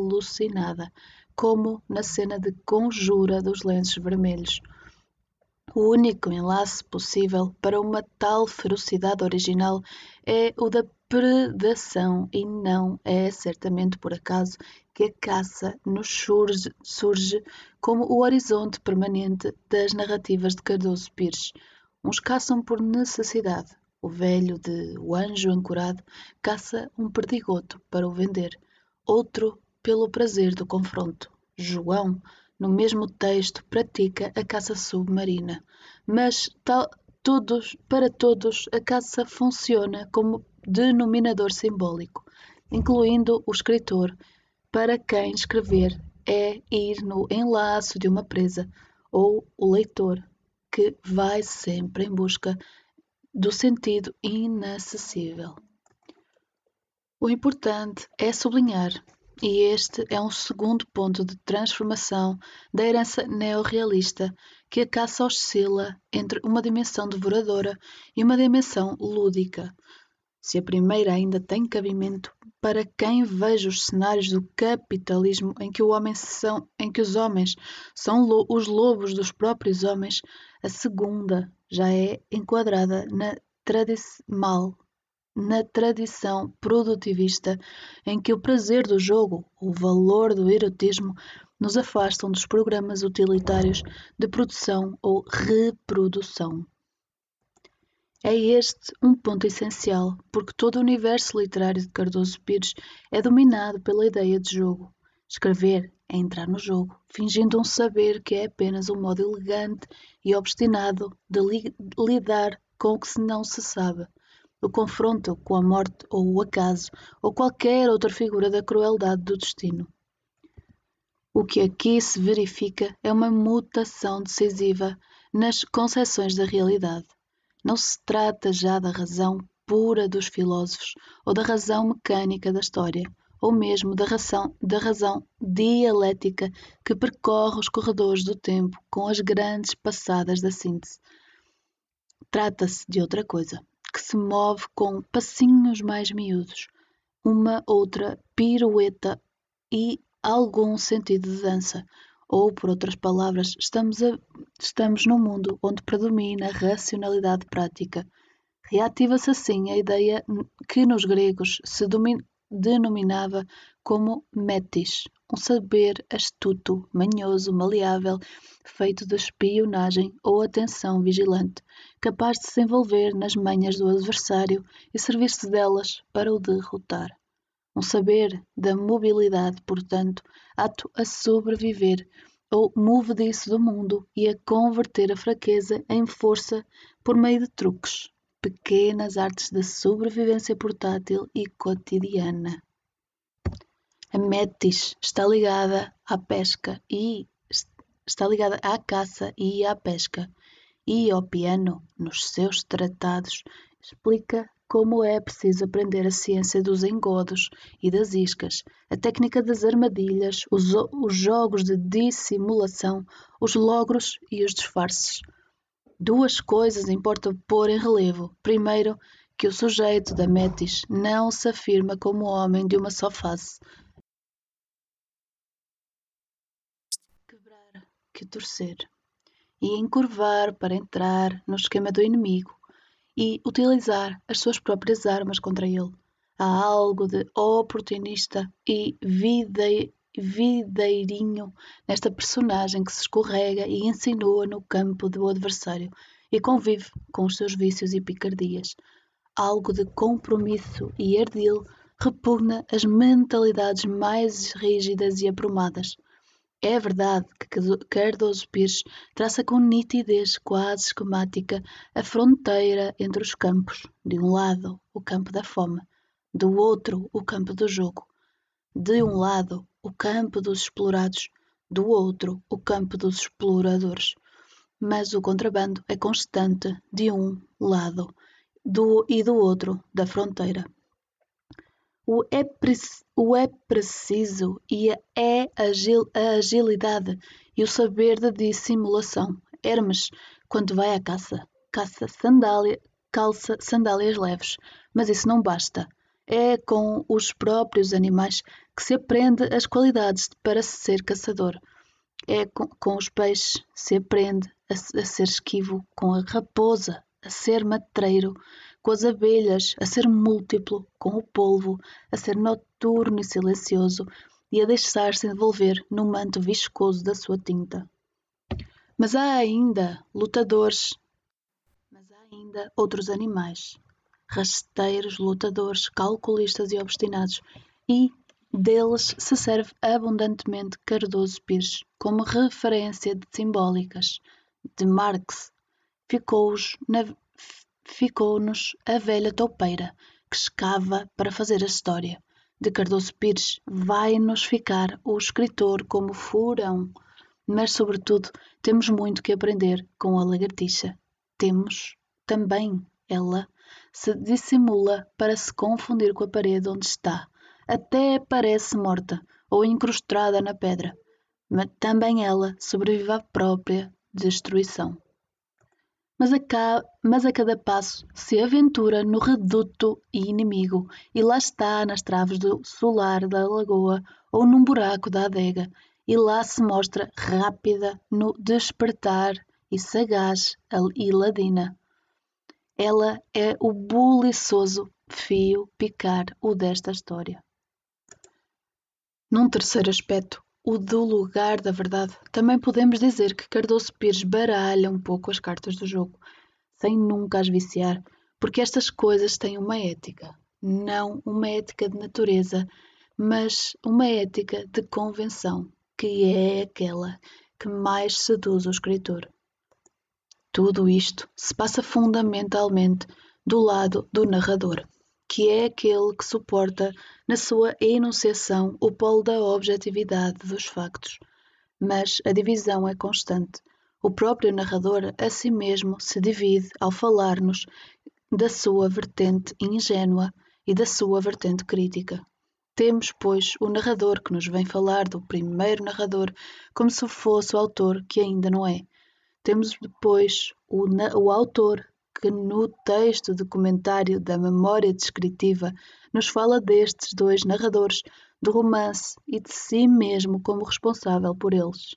alucinada, como na cena de Conjura dos Lenços Vermelhos. O único enlace possível para uma tal ferocidade original é o da predação, e não é certamente por acaso que a caça nos surge como o horizonte permanente das narrativas de Cardoso Pires. Uns caçam por necessidade. O velho de O Anjo Ancorado caça um perdigoto para o vender, outro pelo prazer do confronto. João, no mesmo texto, pratica a caça submarina, mas para todos a caça funciona como denominador simbólico, incluindo o escritor, para quem escrever é ir no enlaço de uma presa, ou o leitor, que vai sempre em busca do sentido inacessível. O importante é sublinhar, e este é um segundo ponto de transformação da herança neorrealista, que a caça oscila entre uma dimensão devoradora e uma dimensão lúdica. Se a primeira ainda tem cabimento para quem veja os cenários do capitalismo em que os homens são os lobos dos próprios homens, a segunda já é enquadrada na tradição produtivista em que o prazer do jogo, o valor do erotismo, nos afastam dos programas utilitários de produção ou reprodução. É este um ponto essencial, porque todo o universo literário de Cardoso Pires é dominado pela ideia de jogo. Escrever é entrar no jogo, fingindo um saber que é apenas um modo elegante e obstinado de lidar com o que não se sabe. O confronto com a morte ou o acaso, ou qualquer outra figura da crueldade do destino. O que aqui se verifica é uma mutação decisiva nas concepções da realidade. Não se trata já da razão pura dos filósofos, ou da razão mecânica da história, ou mesmo da razão dialética que percorre os corredores do tempo com as grandes passadas da síntese. Trata-se de outra coisa, que se move com passinhos mais miúdos, uma outra pirueta e algum sentido de dança, ou, por outras palavras, estamos num mundo onde predomina a racionalidade prática. Reativa-se assim a ideia que nos gregos se denominava como metis, um saber astuto, manhoso, maleável, feito de espionagem ou atenção vigilante, capaz de se envolver nas manhas do adversário e servir-se delas para o derrotar. Um saber da mobilidade, portanto, apto a sobreviver ou movediço do mundo e a converter a fraqueza em força por meio de truques, pequenas artes de sobrevivência portátil e cotidiana. A metis está ligada à caça e à pesca, e ao piano, nos seus tratados, explica como é preciso aprender a ciência dos engodos e das iscas, a técnica das armadilhas, os jogos de dissimulação, os logros e os disfarces. Duas coisas importa pôr em relevo. Primeiro, que o sujeito da metis não se afirma como homem de uma só face. Quebrar que torcer. E encurvar para entrar no esquema do inimigo e utilizar as suas próprias armas contra ele. Há algo de oportunista e videirinho nesta personagem que se escorrega e insinua no campo do adversário e convive com os seus vícios e picardias. Algo de compromisso e ardil repugna as mentalidades mais rígidas e aprumadas. É verdade que Cardoso Pires traça com nitidez quase esquemática a fronteira entre os campos. De um lado, o campo da fome, do outro, o campo do jogo. De um lado, o campo dos explorados, do outro, o campo dos exploradores. Mas o contrabando é constante de um lado e do outro da fronteira. O é preciso e a agilidade e o saber de dissimulação. Hermes, quando vai à caça, calça sandálias leves, mas isso não basta. É com os próprios animais que se aprende as qualidades para ser caçador. É com os peixes se aprende a ser esquivo com a raposa, a ser matreiro com as abelhas, a ser múltiplo com o polvo, a ser noturno e silencioso e a deixar-se envolver no manto viscoso da sua tinta. Mas há ainda outros animais, rasteiros, lutadores, calculistas e obstinados, e deles se serve abundantemente Cardoso Pires como referência de simbólicas de Marx. Ficou-nos a velha toupeira que escava para fazer a história. De Cardoso Pires vai-nos ficar o escritor como furão, mas sobretudo temos muito que aprender com a lagartixa. Temos também ela se dissimula para se confundir com a parede onde está. Até parece morta ou incrustada na pedra, mas também ela sobrevive à própria destruição. Mas a cada passo se aventura no reduto inimigo e lá está nas traves do solar da lagoa ou num buraco da adega e lá se mostra rápida no despertar e sagaz e ladina. Ela é o buliçoso fio picar o desta história. Num terceiro aspecto, o do lugar da verdade, também podemos dizer que Cardoso Pires baralha um pouco as cartas do jogo, sem nunca as viciar, porque estas coisas têm uma ética, não uma ética de natureza, mas uma ética de convenção, que é aquela que mais seduz o escritor. Tudo isto se passa fundamentalmente do lado do narrador, que é aquele que suporta na sua enunciação o polo da objetividade dos factos. Mas a divisão é constante. O próprio narrador a si mesmo se divide ao falar-nos da sua vertente ingênua e da sua vertente crítica. Temos, pois, o narrador que nos vem falar do primeiro narrador como se fosse o autor que ainda não é. Temos depois o autor que no texto de comentário da memória descritiva nos fala destes dois narradores do romance e de si mesmo como responsável por eles.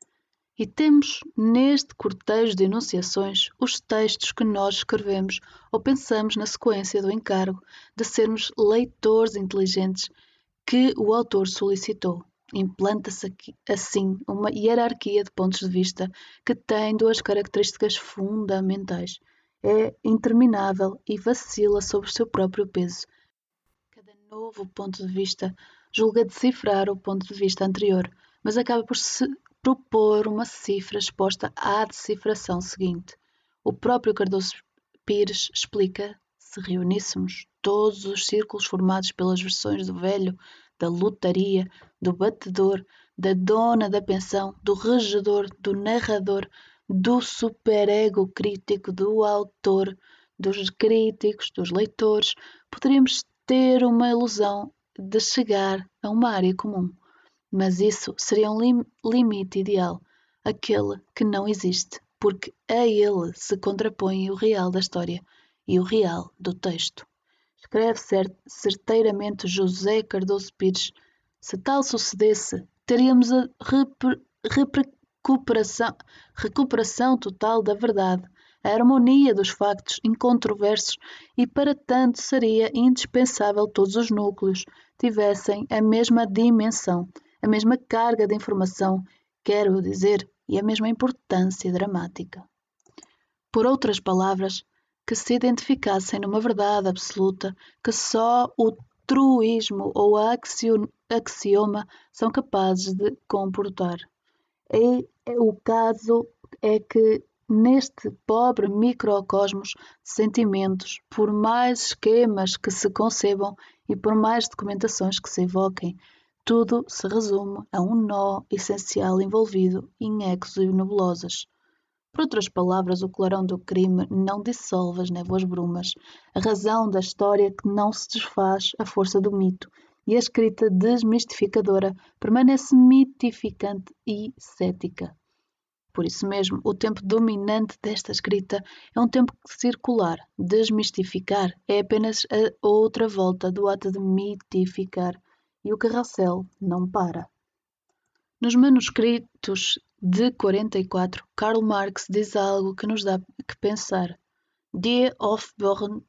E temos neste cortejo de enunciações os textos que nós escrevemos ou pensamos na sequência do encargo de sermos leitores inteligentes que o autor solicitou. Implanta-se assim uma hierarquia de pontos de vista que tem duas características fundamentais. É interminável e vacila sobre o seu próprio peso. Cada novo ponto de vista julga decifrar o ponto de vista anterior, mas acaba por se propor uma cifra exposta à decifração seguinte. O próprio Cardoso Pires explica, se reuníssemos todos os círculos formados pelas versões do velho, da lotaria, do batedor, da dona da pensão, do regedor, do narrador, do superego crítico, do autor, dos críticos, dos leitores, poderíamos ter uma ilusão de chegar a uma área comum. Mas isso seria um limite ideal, aquele que não existe, porque a ele se contrapõe o real da história e o real do texto. Escreve certeiramente José Cardoso Pires. Se tal sucedesse, teríamos a recuperação total da verdade, a harmonia dos factos incontroversos e para tanto seria indispensável todos os núcleos tivessem a mesma dimensão, a mesma carga de informação, quero dizer, e a mesma importância dramática. Por outras palavras, que se identificassem numa verdade absoluta que só o truísmo ou a axioma são capazes de comportar. E o caso é que neste pobre microcosmos de sentimentos, por mais esquemas que se concebam e por mais documentações que se evoquem, tudo se resume a um nó essencial envolvido em ecos e nebulosas. Por outras palavras, o clarão do crime não dissolve as névoas brumas, a razão da história que não se desfaz à força do mito, e a escrita desmistificadora permanece mitificante e cética. Por isso mesmo, o tempo dominante desta escrita é um tempo circular. Desmistificar é apenas a outra volta do ato de mitificar, e o carrossel não para. Nos manuscritos de 44, Karl Marx diz algo que nos dá que pensar. Die Aufbewahrung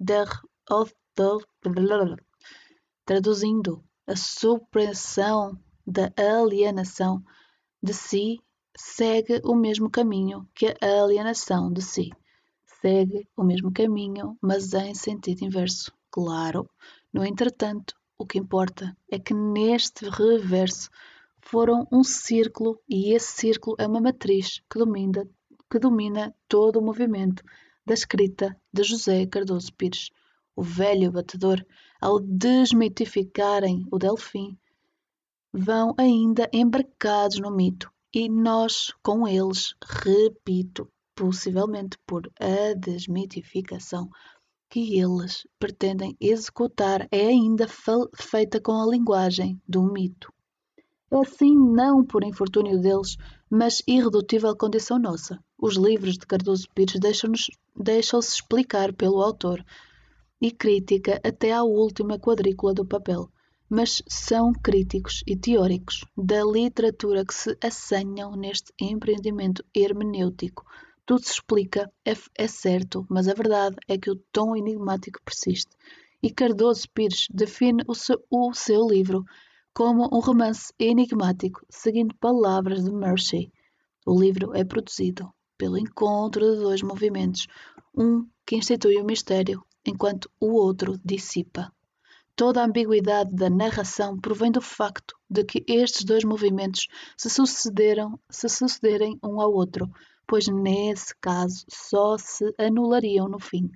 traduzindo, a supressão da alienação de si segue o mesmo caminho que a alienação de si. Segue o mesmo caminho, mas em sentido inverso. Claro, no entretanto, o que importa é que neste reverso foram um círculo e esse círculo é uma matriz que domina todo o movimento da escrita de José Cardoso Pires. O velho batedor, ao desmitificarem o Delfim, vão ainda embarcados no mito e nós com eles, repito, possivelmente por a desmitificação que eles pretendem executar é ainda feita com a linguagem do mito. É assim não por infortúnio deles, mas irredutível condição nossa. Os livros de Cardoso Pires deixam-se explicar pelo autor e crítica até à última quadrícula do papel, mas são críticos e teóricos da literatura que se assenham neste empreendimento hermenêutico. Tudo se explica, é certo, mas a verdade é que o tom enigmático persiste. E Cardoso Pires define o seu livro como um romance enigmático, seguindo palavras de Murphy. O livro é produzido pelo encontro de dois movimentos, um que institui o mistério, enquanto o outro dissipa. Toda a ambiguidade da narração provém do facto de que estes dois movimentos se sucederem um ao outro, pois nesse caso só se anulariam no fim.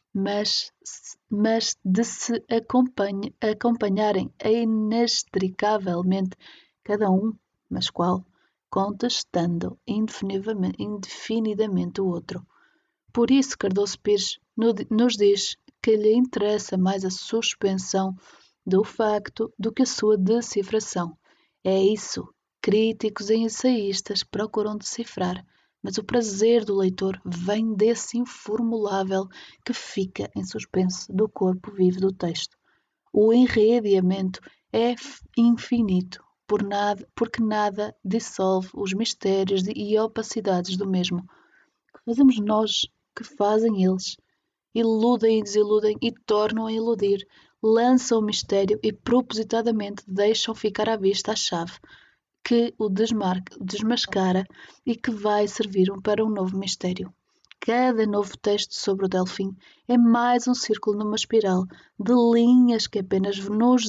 Mas de se acompanharem inextricavelmente cada um, mas qual, contestando indefinidamente o outro. Por isso Cardoso Pires nos diz que lhe interessa mais a suspensão do facto do que a sua decifração. É isso, críticos e ensaístas procuram decifrar, mas o prazer do leitor vem desse informulável que fica em suspense do corpo vivo do texto. O enredeamento é infinito, porque nada dissolve os mistérios e opacidades do mesmo. Que fazemos nós, que fazem eles? Iludem e desiludem e tornam a iludir, lançam o mistério e propositadamente deixam ficar à vista a chave que o desmascara e que vai servir para um novo mistério. Cada novo texto sobre o Delfim é mais um círculo numa espiral de linhas que apenas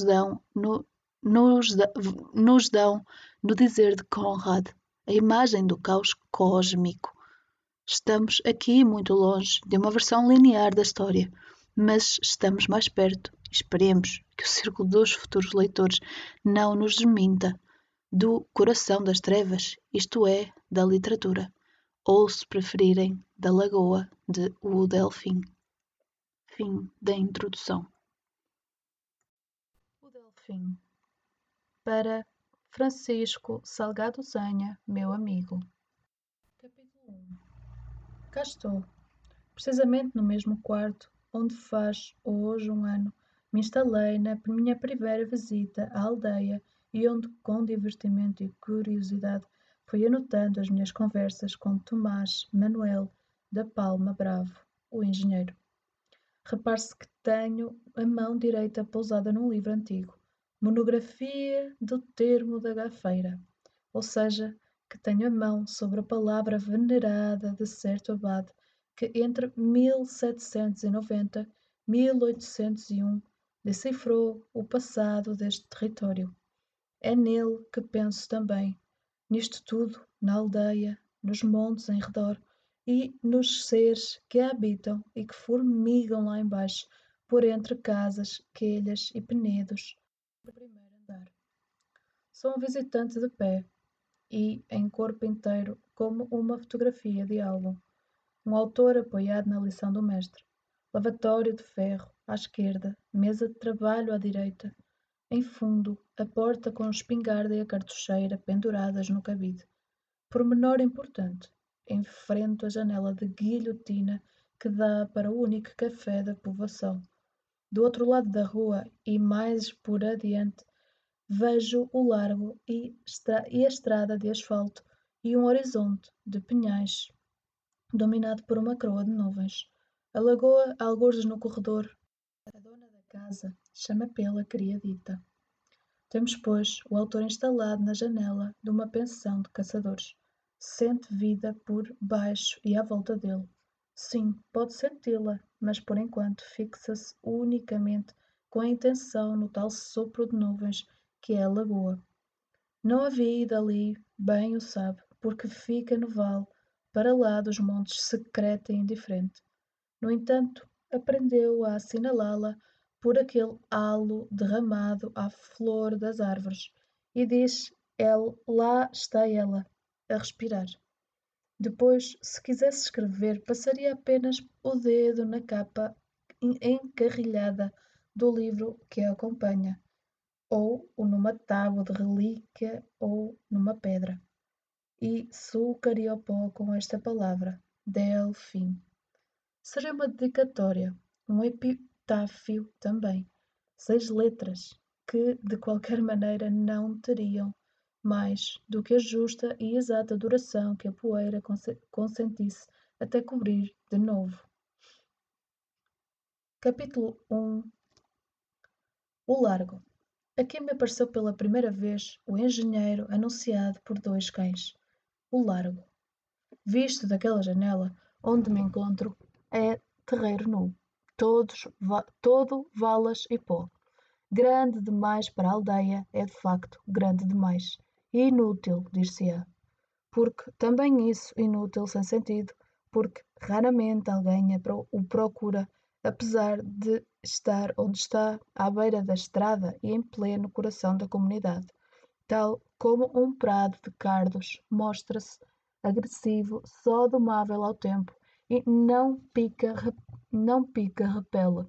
nos dão no dizer de Conrad, a imagem do caos cósmico. Estamos aqui muito longe de uma versão linear da história, mas estamos mais perto. Esperemos que o círculo dos futuros leitores não nos desminta do coração das trevas, isto é, da literatura, ou, se preferirem, da lagoa de O Delfim. Fim da introdução. O Delfim. Para Francisco Salgado Zanha, meu amigo. Capítulo 1. Cá estou, precisamente no mesmo quarto onde faz hoje um ano me instalei na minha primeira visita à aldeia e onde, com divertimento e curiosidade, fui anotando as minhas conversas com Tomás Manuel da Palma Bravo, o engenheiro. Repare-se que tenho a mão direita pousada num livro antigo, Monografia do Termo da Gafeira, ou seja, que tenho a mão sobre a palavra venerada de certo abade que entre 1790 e 1801 decifrou o passado deste território. É nele que penso também, nisto tudo, na aldeia, nos montes em redor e nos seres que a habitam e que formigam lá embaixo, por entre casas, quelhas e penedos do primeiro andar. Sou um visitante de pé e em corpo inteiro como uma fotografia de álbum. Um autor apoiado na lição do mestre. Lavatório de ferro à esquerda, mesa de trabalho à direita. Em fundo, a porta com a espingarda e a cartucheira penduradas no cabide. Pormenor importante, enfrento a janela de guilhotina que dá para o único café da povoação. Do outro lado da rua e mais por adiante, vejo o largo e a estrada de asfalto e um horizonte de pinhais, dominado por uma coroa de nuvens. A lagoa, algures no corredor, a dona da casa chama pela criadita. Temos, pois, o autor instalado na janela de uma pensão de caçadores. Sente vida por baixo e à volta dele. Sim, pode senti-la, mas por enquanto fixa-se unicamente com a intenção no tal sopro de nuvens que é a lagoa. Não havia ido ali, bem o sabe, porque fica no vale, para lá dos montes secreta e indiferente. No entanto, aprendeu a assinalá-la por aquele halo derramado à flor das árvores, e diz ele, lá está ela, a respirar. Depois, se quisesse escrever, passaria apenas o dedo na capa encarrilhada do livro que a acompanha, ou numa tábua de relíquia, ou numa pedra, e sulcaria o pó com esta palavra, Delfim. Seria uma dedicatória, um epitáfio também, 6 letras, que de qualquer maneira não teriam mais do que a justa e exata duração que a poeira consentisse até cobrir de novo. Capítulo 1. O Largo. Aqui me apareceu pela primeira vez o engenheiro anunciado por 2 cães. O Largo. Visto daquela janela onde me encontro, é terreiro nu, todo valas e pó. Grande demais para a aldeia, é de facto grande demais. E inútil, dir-se-á. Porque também isso inútil sem sentido, porque raramente alguém o procura, apesar de estar onde está, à beira da estrada e em pleno coração da comunidade. Tal como um prado de cardos mostra-se agressivo, só domável ao tempo, e não pica, repele,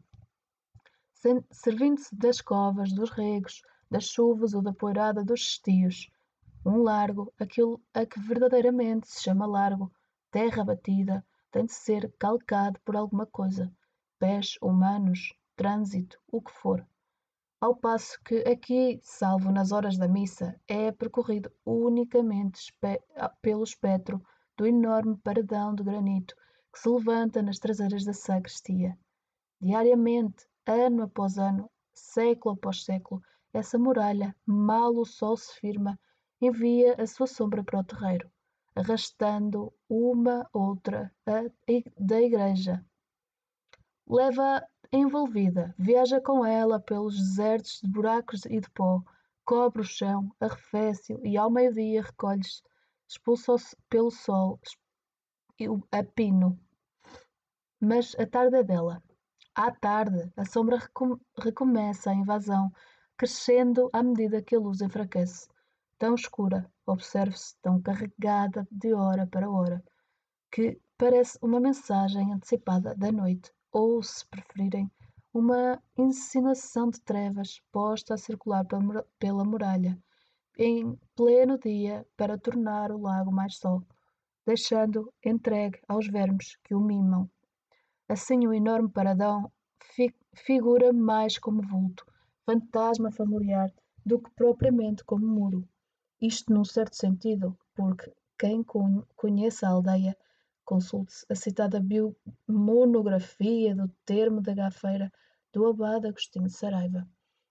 servindo-se das covas, dos regos, das chuvas ou da poeirada dos estios. Um largo, aquilo a que verdadeiramente se chama largo, terra batida, tem de ser calcado por alguma coisa, pés humanos, trânsito, o que for. Ao passo que aqui, salvo nas horas da missa, é percorrido unicamente pelo espectro do enorme paredão de granito que se levanta nas traseiras da sacristia. Diariamente, ano após ano, século após século, essa muralha, mal o sol se firma, envia a sua sombra para o terreiro, arrastando uma outra da igreja. Leva-a envolvida, viaja com ela pelos desertos de buracos e de pó, cobre o chão, arrefece-o e ao meio-dia recolhe-se, expulsa-se pelo sol, a pino. Mas a tarde é bela. À tarde, a sombra recomeça a invasão, crescendo à medida que a luz enfraquece. Tão escura, observe-se, tão carregada de hora para hora, que parece uma mensagem antecipada da noite, ou, se preferirem, uma insinuação de trevas posta a circular pela muralha, em pleno dia, para tornar o lago mais só, deixando entregue aos vermes que o mimam. Assim o enorme paradão figura mais como vulto, fantasma familiar, do que propriamente como muro. Isto num certo sentido, porque quem conheça a aldeia, consulte-se a citada monografia do termo da Gafeira do abade Agostinho de Saraiva.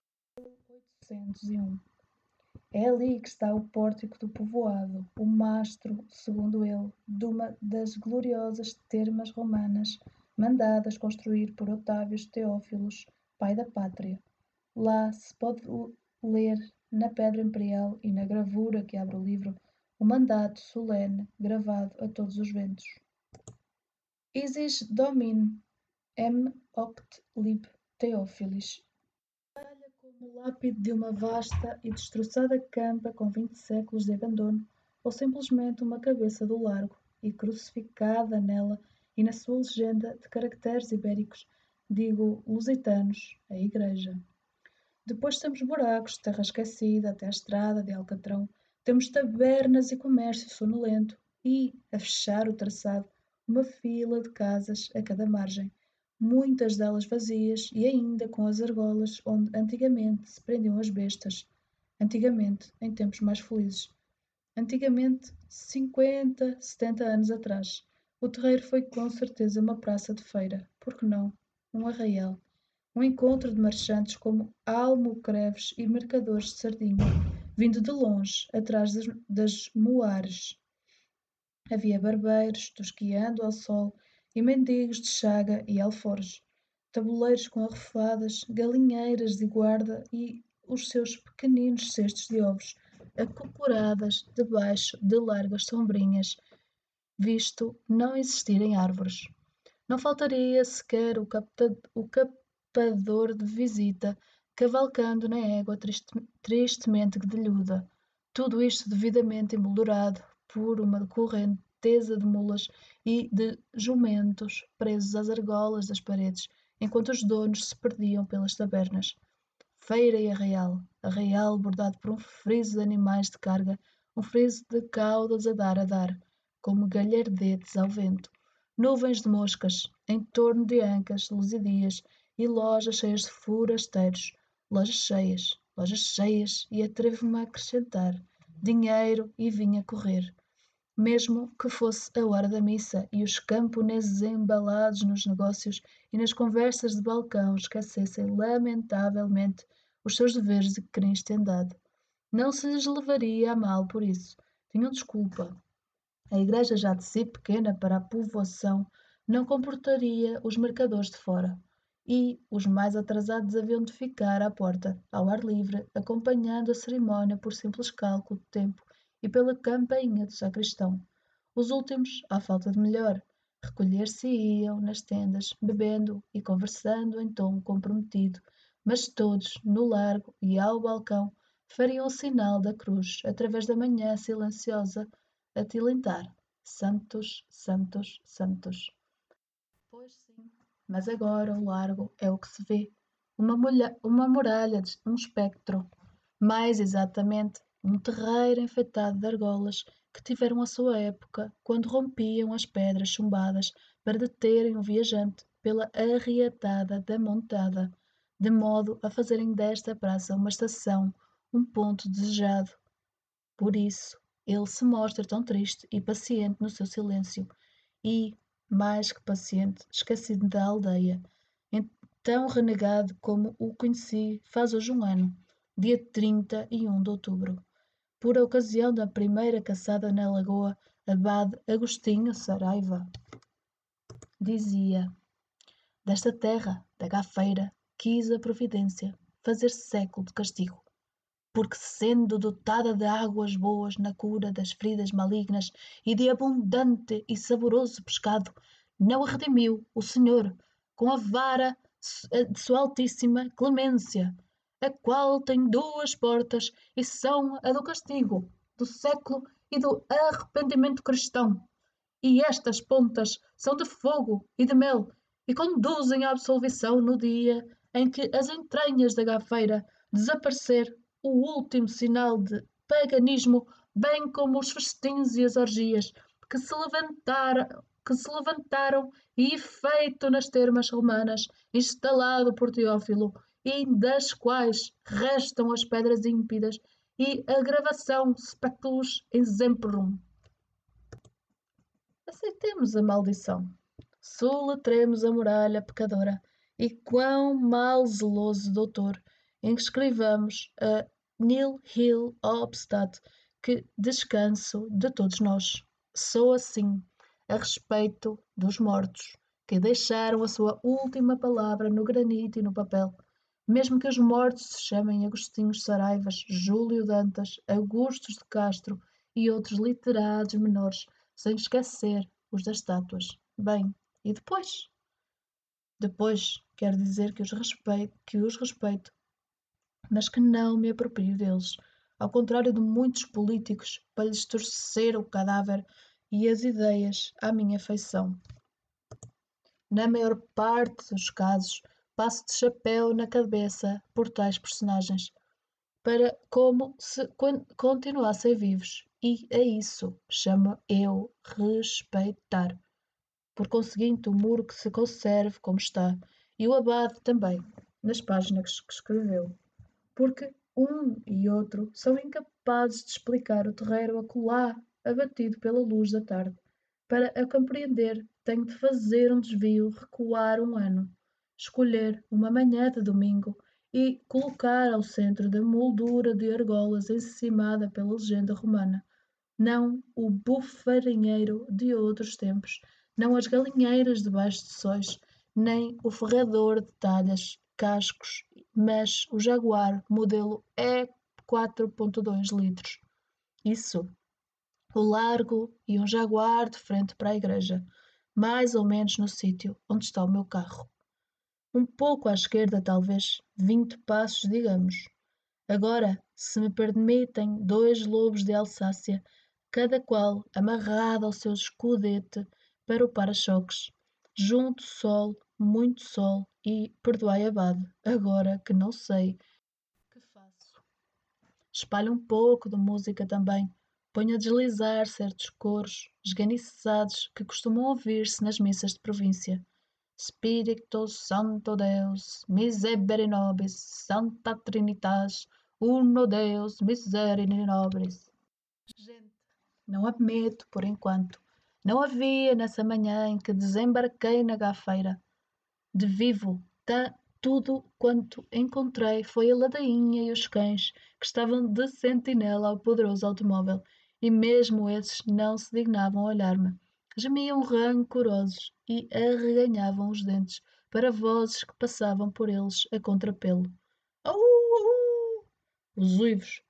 801. É ali que está o pórtico do povoado, o mastro, segundo ele, de uma das gloriosas termas romanas mandadas construir por Otávio Teófilos, pai da pátria. Lá se pode ler na pedra imperial e na gravura que abre o livro o mandato solene gravado a todos os ventos. Isis Domine oct lib Theophilis. Trabalha como lápide de uma vasta e destroçada campa com 20 séculos de abandono, ou simplesmente uma cabeça do largo, e crucificada nela e na sua legenda de caracteres ibéricos, digo lusitanos, a igreja. Depois temos buracos de terra esquecida até a estrada de Alcatrão, temos tabernas e comércio sonolento e, a fechar o traçado, uma fila de casas a cada margem, muitas delas vazias e ainda com as argolas onde antigamente se prendiam as bestas, antigamente, em tempos mais felizes. Antigamente, 50, 70 anos atrás, o terreiro foi com certeza uma praça de feira, por que não? Um arraial, um encontro de marchantes como almocreves e mercadores de sardinha, vindo de longe, atrás das moares. Havia barbeiros, tosquiando ao sol, e mendigos de chaga e alforjes, tabuleiros com arrofadas, galinheiras de guarda e os seus pequeninos cestos de ovos, acocoradas debaixo de largas sombrinhas, visto não existirem árvores. Não faltaria sequer o capador de visita, cavalcando na égua tristemente guedelhuda. Tudo isto devidamente emoldurado por uma correnteza de mulas e de jumentos presos às argolas das paredes, enquanto os donos se perdiam pelas tabernas. Feira e arraial bordado por um friso de animais de carga, um friso de caudas a dar, como galhardetes ao vento. Nuvens de moscas, em torno de ancas luzidias, e lojas cheias de forasteiros. Lojas cheias, e atrevo-me a acrescentar, dinheiro e vinho a correr. Mesmo que fosse a hora da missa e os camponeses embalados nos negócios e nas conversas de balcão esquecessem lamentavelmente os seus deveres de cristandade. Não se lhes levaria a mal por isso. Tinham desculpa. A igreja já de si pequena para a povoação não comportaria os mercadores de fora, e os mais atrasados haviam de ficar à porta, ao ar livre, acompanhando a cerimónia por simples cálculo de tempo e pela campainha do sacristão. Os últimos, à falta de melhor, recolher-se-iam nas tendas, bebendo e conversando em tom comprometido, mas todos, no largo e ao balcão, fariam o sinal da cruz através da manhã silenciosa a tilintar: Santos, Santos, Santos. Pois sim, mas agora o largo é o que se vê. Uma muralha, um espectro. Mais exatamente, um terreiro enfeitado de argolas que tiveram a sua época quando rompiam as pedras chumbadas para deterem o viajante pela arriatada da montada, de modo a fazerem desta praça uma estação, um ponto desejado. Por isso, ele se mostra tão triste e paciente no seu silêncio, e, mais que paciente, esquecido da aldeia, tão renegado como o conheci faz hoje um ano, dia 31 de outubro, por ocasião da primeira caçada na lagoa Abade Agostinho Saraiva. Dizia: Desta terra, da Gafeira, quis a providência fazer século de castigo, porque sendo dotada de águas boas na cura das feridas malignas e de abundante e saboroso pescado, não a redimiu o Senhor com a vara de sua altíssima clemência, a qual tem duas portas e são a do castigo, do século e do arrependimento cristão. E estas pontas são de fogo e de mel e conduzem à absolvição no dia em que as entranhas da gafeira desaparecer o último sinal de paganismo, bem como os festins e as orgias que se levantaram e feito nas termas romanas, instalado por Teófilo, e das quais restam as pedras ímpidas e a gravação Spectus Exemplorum. Aceitemos a maldição, soletremos a muralha pecadora, e quão mal zeloso doutor escrevamos a nil Hill obstat, que descanso de todos nós. Sou assim, a respeito dos mortos, que deixaram a sua última palavra no granito e no papel. Mesmo que os mortos se chamem Agostinhos Saraivas, Júlio Dantas, Augustos de Castro e outros literados menores, sem esquecer os das estátuas. Bem, e depois? Depois quer dizer que os respeito, mas que não me aproprio deles, ao contrário de muitos políticos, para lhes torcer o cadáver e as ideias à minha feição. Na maior parte dos casos, passo de chapéu na cabeça por tais personagens, para como se continuassem vivos, e a isso chamo eu respeitar. Por conseguinte, o muro que se conserve como está, e o abade também, nas páginas que escreveu, porque Um e outro são incapazes de explicar o terreiro acolá, abatido pela luz da tarde. Para a compreender, tenho de fazer um desvio, recuar um ano, escolher uma manhã de domingo e colocar ao centro da moldura de argolas encimada pela legenda romana, não o bufarinheiro de outros tempos, não as galinheiras debaixo de sóis, nem o ferrador de talhas, cascos, mas o Jaguar modelo E4.2 litros. Isso, o largo e um Jaguar de frente para a igreja, mais ou menos no sítio onde está o meu carro. Um pouco à esquerda, talvez, 20 passos, digamos. Agora, se me permitem, 2 lobos de Alsácia, cada qual amarrado ao seu escudete para o para-choques. Junto sol, muito sol e perdoai abade, agora que não sei que faço. Espalho um pouco de música também. Ponho a deslizar certos coros esganiçados que costumam ouvir-se nas missas de província. Spiritus Santo Deus, miserere nobis, Santa Trinitas, uno Deus, miserere nobis. Gente, não admito, por enquanto. Não havia nessa manhã em que desembarquei na Gafeira. De vivo, tudo quanto encontrei foi a ladainha e os cães que estavam de sentinela ao poderoso automóvel, e mesmo esses não se dignavam olhar-me. Gemiam rancorosos e arreganhavam os dentes para vozes que passavam por eles a contrapelo. Au, au! Os uivos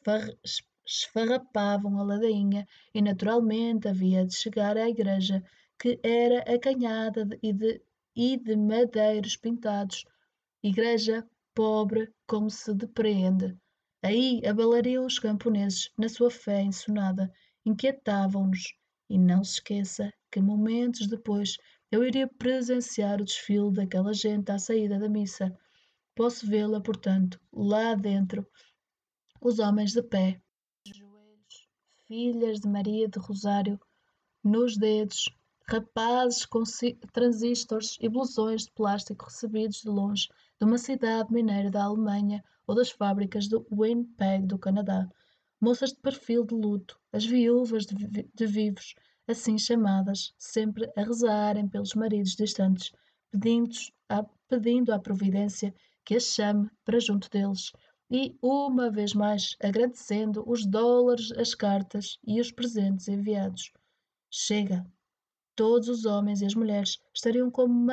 esfarrapavam a ladainha e naturalmente havia de chegar à igreja, que era acanhada e de madeiros pintados, igreja pobre como se depreende. Aí abalariam os camponeses, na sua fé ensonada, inquietavam-nos. E não se esqueça que momentos depois eu iria presenciar o desfile daquela gente à saída da missa. Posso vê-la, portanto, lá dentro, os homens de pé, de joelhos, filhas de Maria de Rosário, nos dedos, rapazes com transistores e blusões de plástico recebidos de longe de uma cidade mineira da Alemanha ou das fábricas do Winnipeg do Canadá, moças de perfil de luto, as viúvas de vivos, assim chamadas, sempre a rezarem pelos maridos distantes, pedindo à providência que as chame para junto deles, e, uma vez mais, agradecendo os dólares, as cartas e os presentes enviados. Chega! Todos os homens e as mulheres estariam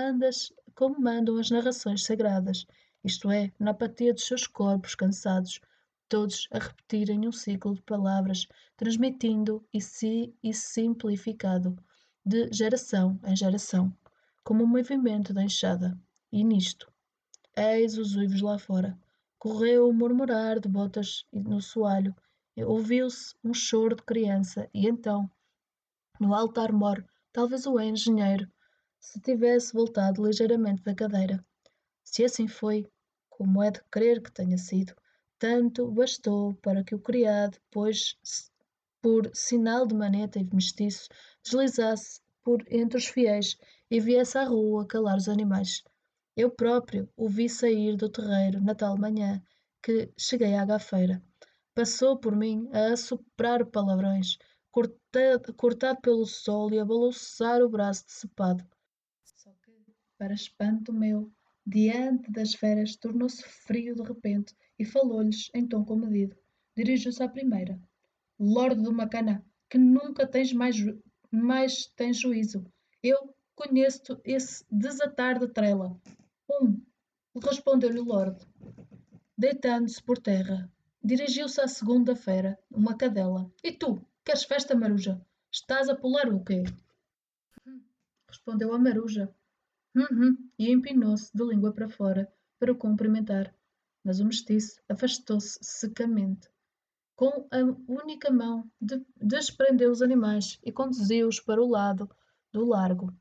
como mandam as narrações sagradas, isto é, na apatia dos seus corpos cansados, todos a repetirem um ciclo de palavras, transmitindo e simplificado, de geração em geração, como um movimento da enxada. E nisto, eis os uivos lá fora. Correu o murmurar de botas no soalho, ouviu-se um choro de criança, e então, no altar-mor, talvez o engenheiro se tivesse voltado ligeiramente da cadeira. Se assim foi, como é de crer que tenha sido, tanto bastou para que o criado, pois, por sinal de maneta e mestiço, deslizasse por entre os fiéis e viesse à rua calar os animais. Eu próprio o vi sair do terreiro na tal manhã que cheguei à gafeira. Passou por mim a assoprar palavrões, cortado pelo sol e a balouçar o braço decepado. Só que, para espanto meu, diante das feras, tornou-se frio de repente e falou-lhes em tom comedido. Dirigiu-se à primeira. Lorde do Macana, que nunca tens mais tens juízo. Eu conheço esse desatar de trela. Respondeu-lhe o Lorde, deitando-se por terra. Dirigiu-se à segunda fera, uma cadela. E tu, queres festa, Maruja? Estás a pular o quê? Respondeu a Maruja. E empinou-se de língua para fora para o cumprimentar. Mas o mestiço afastou-se secamente. Com a única mão, desprendeu os animais e conduziu-os para o lado do largo.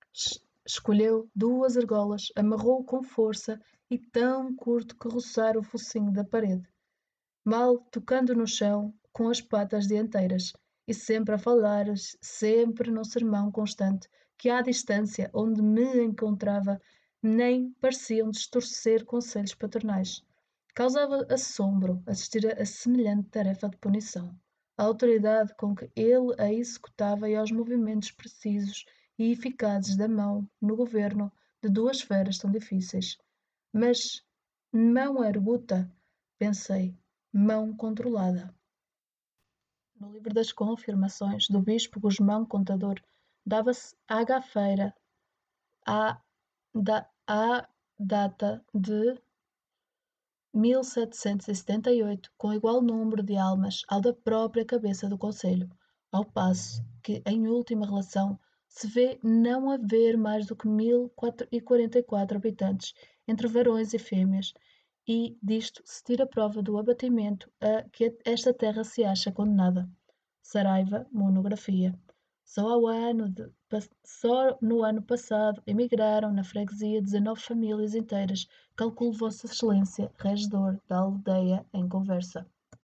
Escolheu 2 argolas, amarrou com força e tão curto que roçara o focinho da parede, mal tocando no chão com as patas dianteiras, e sempre a falar, sempre num sermão constante, que à distância onde me encontrava nem pareciam distorcer conselhos paternais. Causava assombro assistir a semelhante tarefa de punição. A autoridade com que ele a executava e aos movimentos precisos e eficazes da mão no governo de duas esferas tão difíceis. Mas mão erguta, pensei, mão controlada. No livro das confirmações do bispo Gusmão Contador, dava-se à gafeira à data de 1778, com igual número de almas ao da própria cabeça do conselho, ao passo que, em última relação, se vê não haver mais do que 1044 habitantes, entre varões e fêmeas, e disto se tira prova do abatimento a que esta terra se acha condenada. Saraiva, monografia. Só no ano passado emigraram na freguesia 19 famílias inteiras, calculo Vossa Excelência, regedor da aldeia, em conversa.